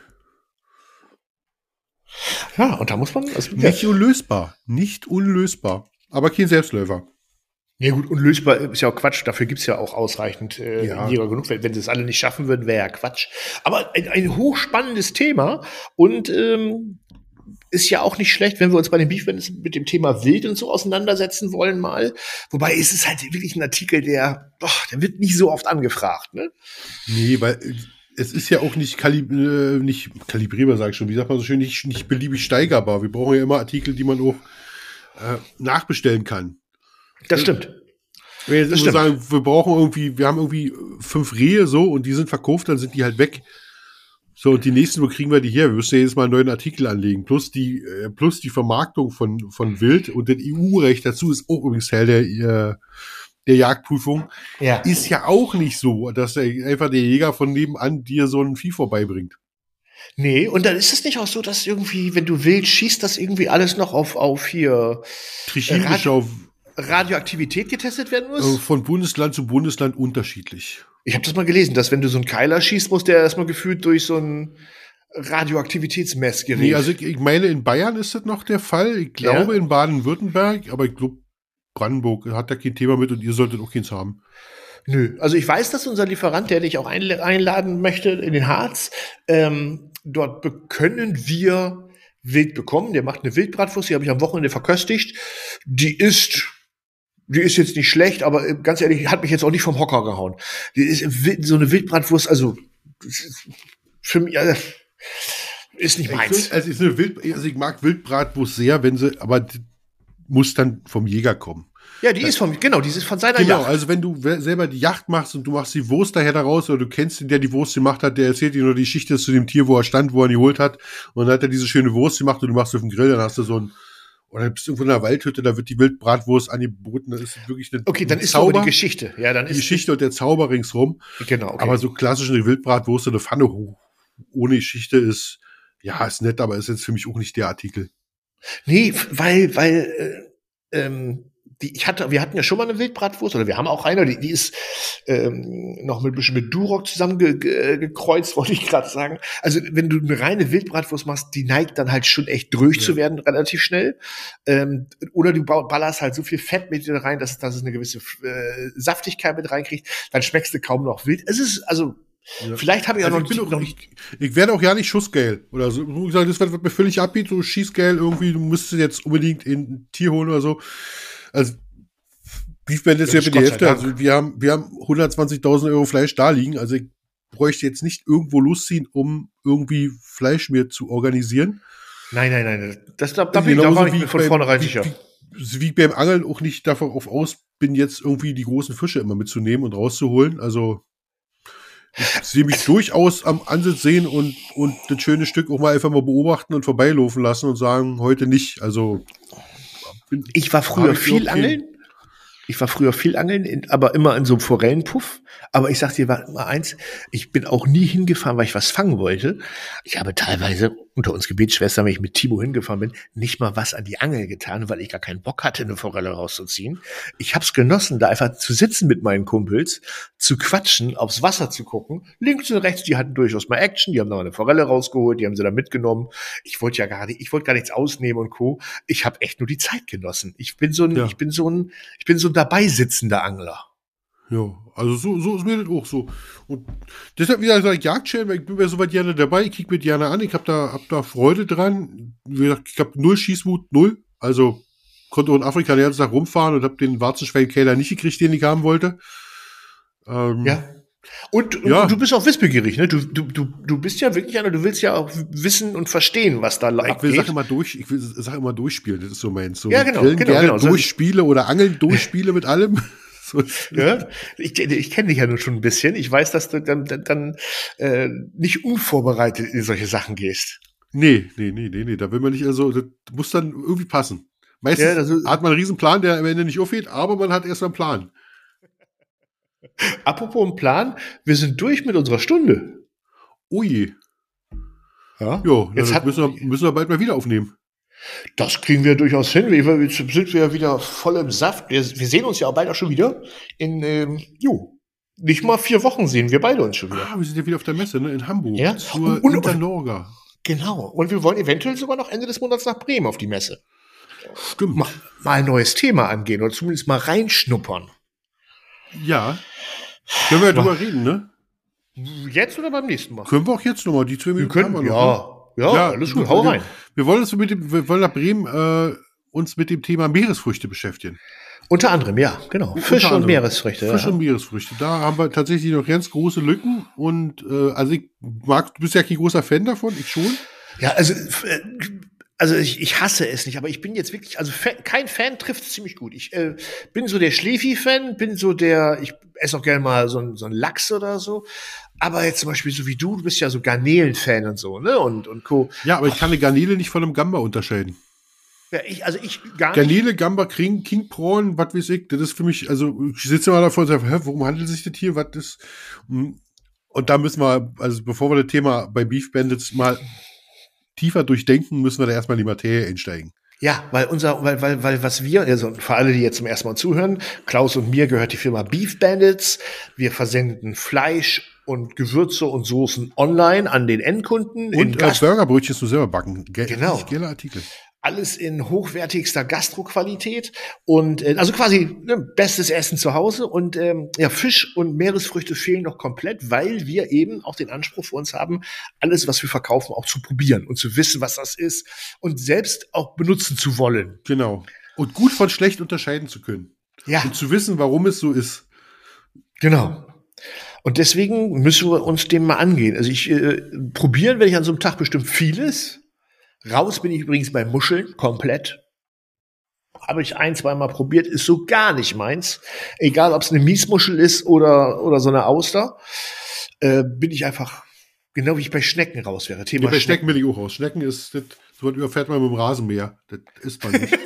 Ja, und da muss man, also, Nicht unlösbar. Nicht unlösbar. Aber kein Selbstläufer. ja gut, unlösbar ist ja auch Quatsch, dafür gibt's ja auch ausreichend äh, Ja. Jäger genug. Wenn, wenn sie es alle nicht schaffen würden, wäre ja Quatsch. Aber ein, ein hochspannendes Thema und ähm, ist ja auch nicht schlecht, wenn wir uns bei den Beefbands mit dem Thema Wild und so auseinandersetzen wollen mal. Wobei es ist halt wirklich ein Artikel, der, boah, der wird nicht so oft angefragt, ne? Nee, weil äh, es ist ja auch nicht, kalib äh, nicht kalibrierbar, sage ich schon, wie sagt man so schön, nicht, nicht beliebig steigerbar. Wir brauchen ja immer Artikel, die man auch äh, nachbestellen kann. Das stimmt. Wenn wir jetzt Das immer stimmt. sagen, wir brauchen irgendwie, wir haben irgendwie fünf Rehe so und die sind verkauft, dann sind die halt weg. So, und die nächsten, wo kriegen wir die her? Wir müssen ja jedes Mal einen neuen Artikel anlegen. Plus die, äh, plus die Vermarktung von, von Wild und das E U-Recht dazu ist auch übrigens Teil der, äh, der Jagdprüfung. Ja. Ist ja auch nicht so, dass der, einfach der Jäger von nebenan dir so ein Vieh vorbeibringt. Nee, und dann ist es nicht auch so, dass irgendwie, wenn du wild schießt, dass irgendwie alles noch auf, auf hier Trichinbeschau Radioaktivität getestet werden äh, muss? von Bundesland zu Bundesland unterschiedlich. Ich habe das mal gelesen, dass wenn du so einen Keiler schießt, muss der erstmal gefühlt durch so ein Radioaktivitätsmessgerät. Nee, also ich, ich meine, in Bayern ist das noch der Fall. Ich glaube Ja. in Baden-Württemberg, aber ich glaube, Brandenburg hat da kein Thema mit und ihr solltet auch keins haben. Nö, also ich weiß, dass unser Lieferant, der dich auch einla- einladen möchte in den Harz, ähm, dort be- können wir Wild bekommen. Der macht eine Wildbratwurst, die habe ich am Wochenende verköstigt. Die ist, die ist jetzt nicht schlecht, aber äh, ganz ehrlich, hat mich jetzt auch nicht vom Hocker gehauen. Die ist wild- so eine Wildbratwurst, also das ist für mich äh, ist nicht meins. Ich, also, ist eine Wild, also ich mag Wildbratwurst sehr, wenn sie, aber die muss dann vom Jäger kommen. Ja, die ist von, genau, die ist von seiner Genau, Yacht. also wenn du we- selber die Yacht machst und du machst die Wurst daher daraus oder du kennst den, der die Wurst gemacht hat, der erzählt dir nur die Geschichte zu dem Tier, wo er stand, wo er ihn geholt hat und dann hat er diese schöne Wurst gemacht und du machst auf dem Grill, dann hast du so ein, oder bist du irgendwo in einer Waldhütte, da wird die Wildbratwurst angeboten, das ist wirklich eine Okay, dann ein ist Zauber, aber die Geschichte. Ja, dann die ist Geschichte und der Zauber ringsrum. Genau, okay. Aber so klassisch eine Wildbratwurst, eine Pfanne ho- ohne Geschichte ist, ja, ist nett, aber ist jetzt für mich auch nicht der Artikel. Nee, f- weil, weil, äh, ähm, die, ich hatte, wir hatten ja schon mal eine Wildbratwurst, oder wir haben auch eine, die, die ist ähm, noch mit ein bisschen mit Duroc zusammengekreuzt, wollte ich gerade sagen. Also wenn du eine reine Wildbratwurst machst, die neigt dann halt schon echt dröch Ja. zu werden, relativ schnell. Ähm, oder du bau- ballerst halt so viel Fett mit dir rein, dass, dass es eine gewisse äh, Saftigkeit mit reinkriegt, dann schmeckst du kaum noch wild. Es ist, also, Ja. vielleicht habe ich auch Also noch, ich, bin auch, noch ich, ich werde auch ja nicht Schussgeil oder so. Ich sage, das, was mir völlig abbietet, so Schießgeil irgendwie, du müsstest jetzt unbedingt in ein Tier holen oder so. Also, Beefband ist Ja, ja das für die Gott sei Hälfte. Dank. Also, wir haben, wir haben hundertzwanzigtausend Euro Fleisch da liegen. Also, ich bräuchte jetzt nicht irgendwo losziehen, um irgendwie Fleisch mir zu organisieren. Nein, nein, nein. Das, da, da bin ich da Genauso war ich wie mir von beim- vornherein wie, sicher. Wie, wie ich beim Angeln auch nicht darauf aus bin, jetzt irgendwie die großen Fische immer mitzunehmen und rauszuholen. Also, ich sehe mich durchaus am Ansitz sehen und, und das schöne Stück auch mal einfach mal beobachten und vorbeilaufen lassen und sagen, heute nicht. Also, bin, Ich war Hab früher ich viel okay. angeln. Ich war früher viel angeln, in, aber immer in so einem Forellenpuff. Aber ich sag dir mal eins, ich bin auch nie hingefahren, weil ich was fangen wollte. Ich habe teilweise, unter uns Gebetsschwestern, wenn ich mit Timo hingefahren bin, nicht mal was an die Angel getan, weil ich gar keinen Bock hatte, eine Forelle rauszuziehen. Ich hab's genossen, da einfach zu sitzen mit meinen Kumpels, zu quatschen, aufs Wasser zu gucken. Links und rechts, die hatten durchaus mal Action, die haben noch eine Forelle rausgeholt, die haben sie da mitgenommen. Ich wollte ja gar nicht, ich wollte gar nichts ausnehmen und Co. Ich habe echt nur die Zeit genossen. Ich bin so ein, Ja. ich bin so ein, ich bin so ein dabei sitzender Angler. Ja, also so, so ist mir das auch so. Und deshalb, wie gesagt, Jagdschein, weil ich bin mir soweit gerne dabei, ich kick mir gerne an, ich habe da, hab da Freude dran. Wie gesagt, ich habe null Schießmut, null. Also konnte auch in Afrika den ganzen Tag rumfahren und habe den Warzenschweinkäler nicht gekriegt, den ich haben wollte. Ähm, Ja. Und, und Ja. du bist auch wissbegierig, ne? Du, du, du, du bist ja wirklich einer, du willst ja auch wissen und verstehen, was da Ich will abgeht. Sachen immer durch, ich will Sachen immer durchspielen, das ist so meins. So Ja, genau, Grillen genau, gerne genau. So- durchspiele oder Angeln durchspiele mit allem. So ist- Ja, ich, ich kenne dich ja nun schon ein bisschen. Ich weiß, dass du dann, dann, dann äh, nicht unvorbereitet in solche Sachen gehst. Nee, nee, nee, nee, nee, da will man nicht, also, das muss dann irgendwie passen. Meistens Ja, das ist- hat man einen riesen Plan, der am Ende nicht aufgeht, aber man hat erstmal einen Plan. Apropos ein Plan, wir sind durch mit unserer Stunde. Ui. Ja, Jo, jetzt jetzt hat, müssen wir, müssen wir bald mal wieder aufnehmen. das kriegen wir durchaus hin. Wir, jetzt sind wir wieder voll im Saft. Wir, wir sehen uns ja bald auch schon wieder. In, ähm, jo, nicht mal vier Wochen sehen wir beide uns schon wieder. Ah, wir sind ja wieder auf der Messe, ne, in Hamburg. Ja. Zur Und- und- Internorga. Genau. Und wir wollen eventuell sogar noch Ende des Monats nach Bremen auf die Messe. Stimmt. Mal, mal ein neues Thema angehen oder zumindest mal reinschnuppern. Ja. Können wir ja Mach- drüber reden, ne? Jetzt oder beim nächsten Mal? Können wir auch jetzt nochmal, die zwei Wir Minuten können, haben wir ja, noch, ne? ja, alles gut, hau wir, rein. Wir wollen uns mit dem, wir wollen nach Bremen äh, uns mit dem Thema Meeresfrüchte beschäftigen. Unter anderem, ja, genau. Fisch und Meeresfrüchte. Fisch ja. und Meeresfrüchte. Da haben wir tatsächlich noch ganz große Lücken. Und äh, also ich mag, du bist ja kein großer Fan davon, ich schon. Ja, also, äh, also ich, ich hasse es nicht, aber ich bin jetzt wirklich, also Fan, kein Fan trifft es ziemlich gut. Ich äh, bin so der Schlefi-Fan, bin so der, ich esse auch gerne mal so ein, so ein Lachs oder so. Aber jetzt zum Beispiel so wie du, du bist ja so Garnelen-Fan und so, ne? Und, und Co. Ja, aber ich kann eine Garnele nicht von einem Gamba unterscheiden. Ja, ich, also ich gar nicht. Garnele, Gamba, King, King Prawn, was weiß ich, das ist für mich, also ich sitze mal davor und sage, hä, worum handelt sich das hier, was ist, und da müssen wir, also bevor wir das Thema bei Beef Bandits mal tiefer durchdenken, müssen wir da erstmal in die Materie einsteigen. Ja, weil unser, weil, weil, weil was wir, also für alle, die jetzt zum ersten Mal zuhören, Klaus und mir gehört die Firma Beef Bandits. Wir versenden Fleisch und Gewürze und Soßen online an den Endkunden. Und äh, Burgerbrötchen du selber backen. Ge genau. Geiler Artikel. Alles in hochwertigster Gastroqualität und äh, also quasi ne, bestes Essen zu Hause und ähm, ja, Fisch und Meeresfrüchte fehlen noch komplett, weil wir eben auch den Anspruch für uns haben, alles, was wir verkaufen, auch zu probieren und zu wissen, was das ist und selbst auch benutzen zu wollen. Genau. Und gut von schlecht unterscheiden zu können. Ja. Und zu wissen, warum es so ist. Genau. Und deswegen müssen wir uns dem mal angehen. Also ich äh, probieren werde ich an so einem Tag bestimmt vieles. Raus bin ich übrigens bei Muscheln, komplett. Habe ich ein, zweimal probiert, ist so gar nicht meins. Egal, ob es eine Miesmuschel ist oder, oder so eine Auster, äh, bin ich einfach, genau wie ich bei Schnecken raus wäre. Thema Ja, bei Schnecken Schnecken bin ich auch raus. Schnecken ist, das, so überfährt man mit dem Rasenmäher. Das isst man nicht.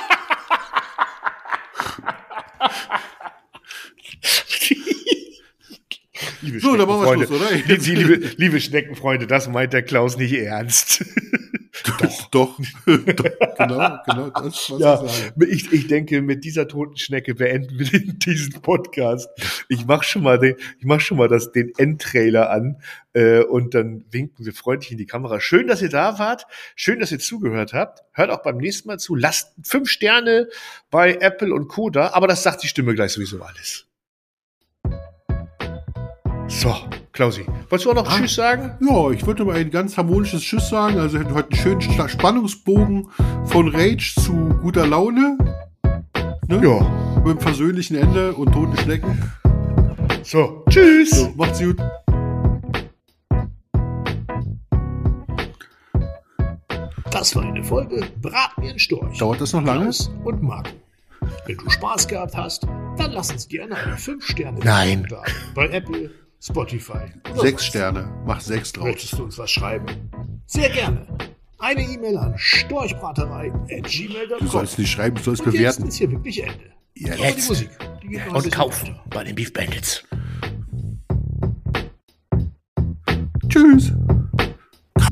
Liebe so, da machen wir Schluss, oder? liebe, liebe Schneckenfreunde, das meint der Klaus nicht ernst. Doch, doch, doch, genau, genau, das, was ja, ich sage. ich, ich denke, mit dieser toten Schnecke beenden wir den, diesen Podcast. Ich mach schon mal den, ich mach schon mal das, den Endtrailer an, äh, und dann winken wir freundlich in die Kamera. Schön, dass ihr da wart. Schön, dass ihr zugehört habt. Hört auch beim nächsten Mal zu. Lasst fünf Sterne bei Apple und Co. da, aber das sagt die Stimme gleich sowieso alles. So, Klausi, wolltest du auch noch ah, Tschüss sagen? Ja, ich würde mal ein ganz harmonisches Tschüss sagen. Also wir hatten heute einen schönen Spannungsbogen von Rage zu guter Laune. Ne? Ja. Mit einem versöhnlichen Ende und toten Schnecken. So, tschüss. So, macht's gut. Das war eine Folge Brat mir einen Storch. Dauert das noch lange? Klaus und Marco. Wenn du Spaß gehabt hast, dann lass uns gerne eine fünf Sterne Nein. da bei Apple, Spotify. Sechs Sterne. Mach sechs drauf. Möchtest du uns was schreiben? Sehr gerne. Eine E-Mail an storchbraterei at gmail dot com. Du sollst nicht schreiben, du sollst und bewerten. Jetzt ist hier wirklich Ende. Ja, Aber die Musik, die geht noch ein Und bisschen kaufen weiter. bei den Beef Bandits. Tschüss.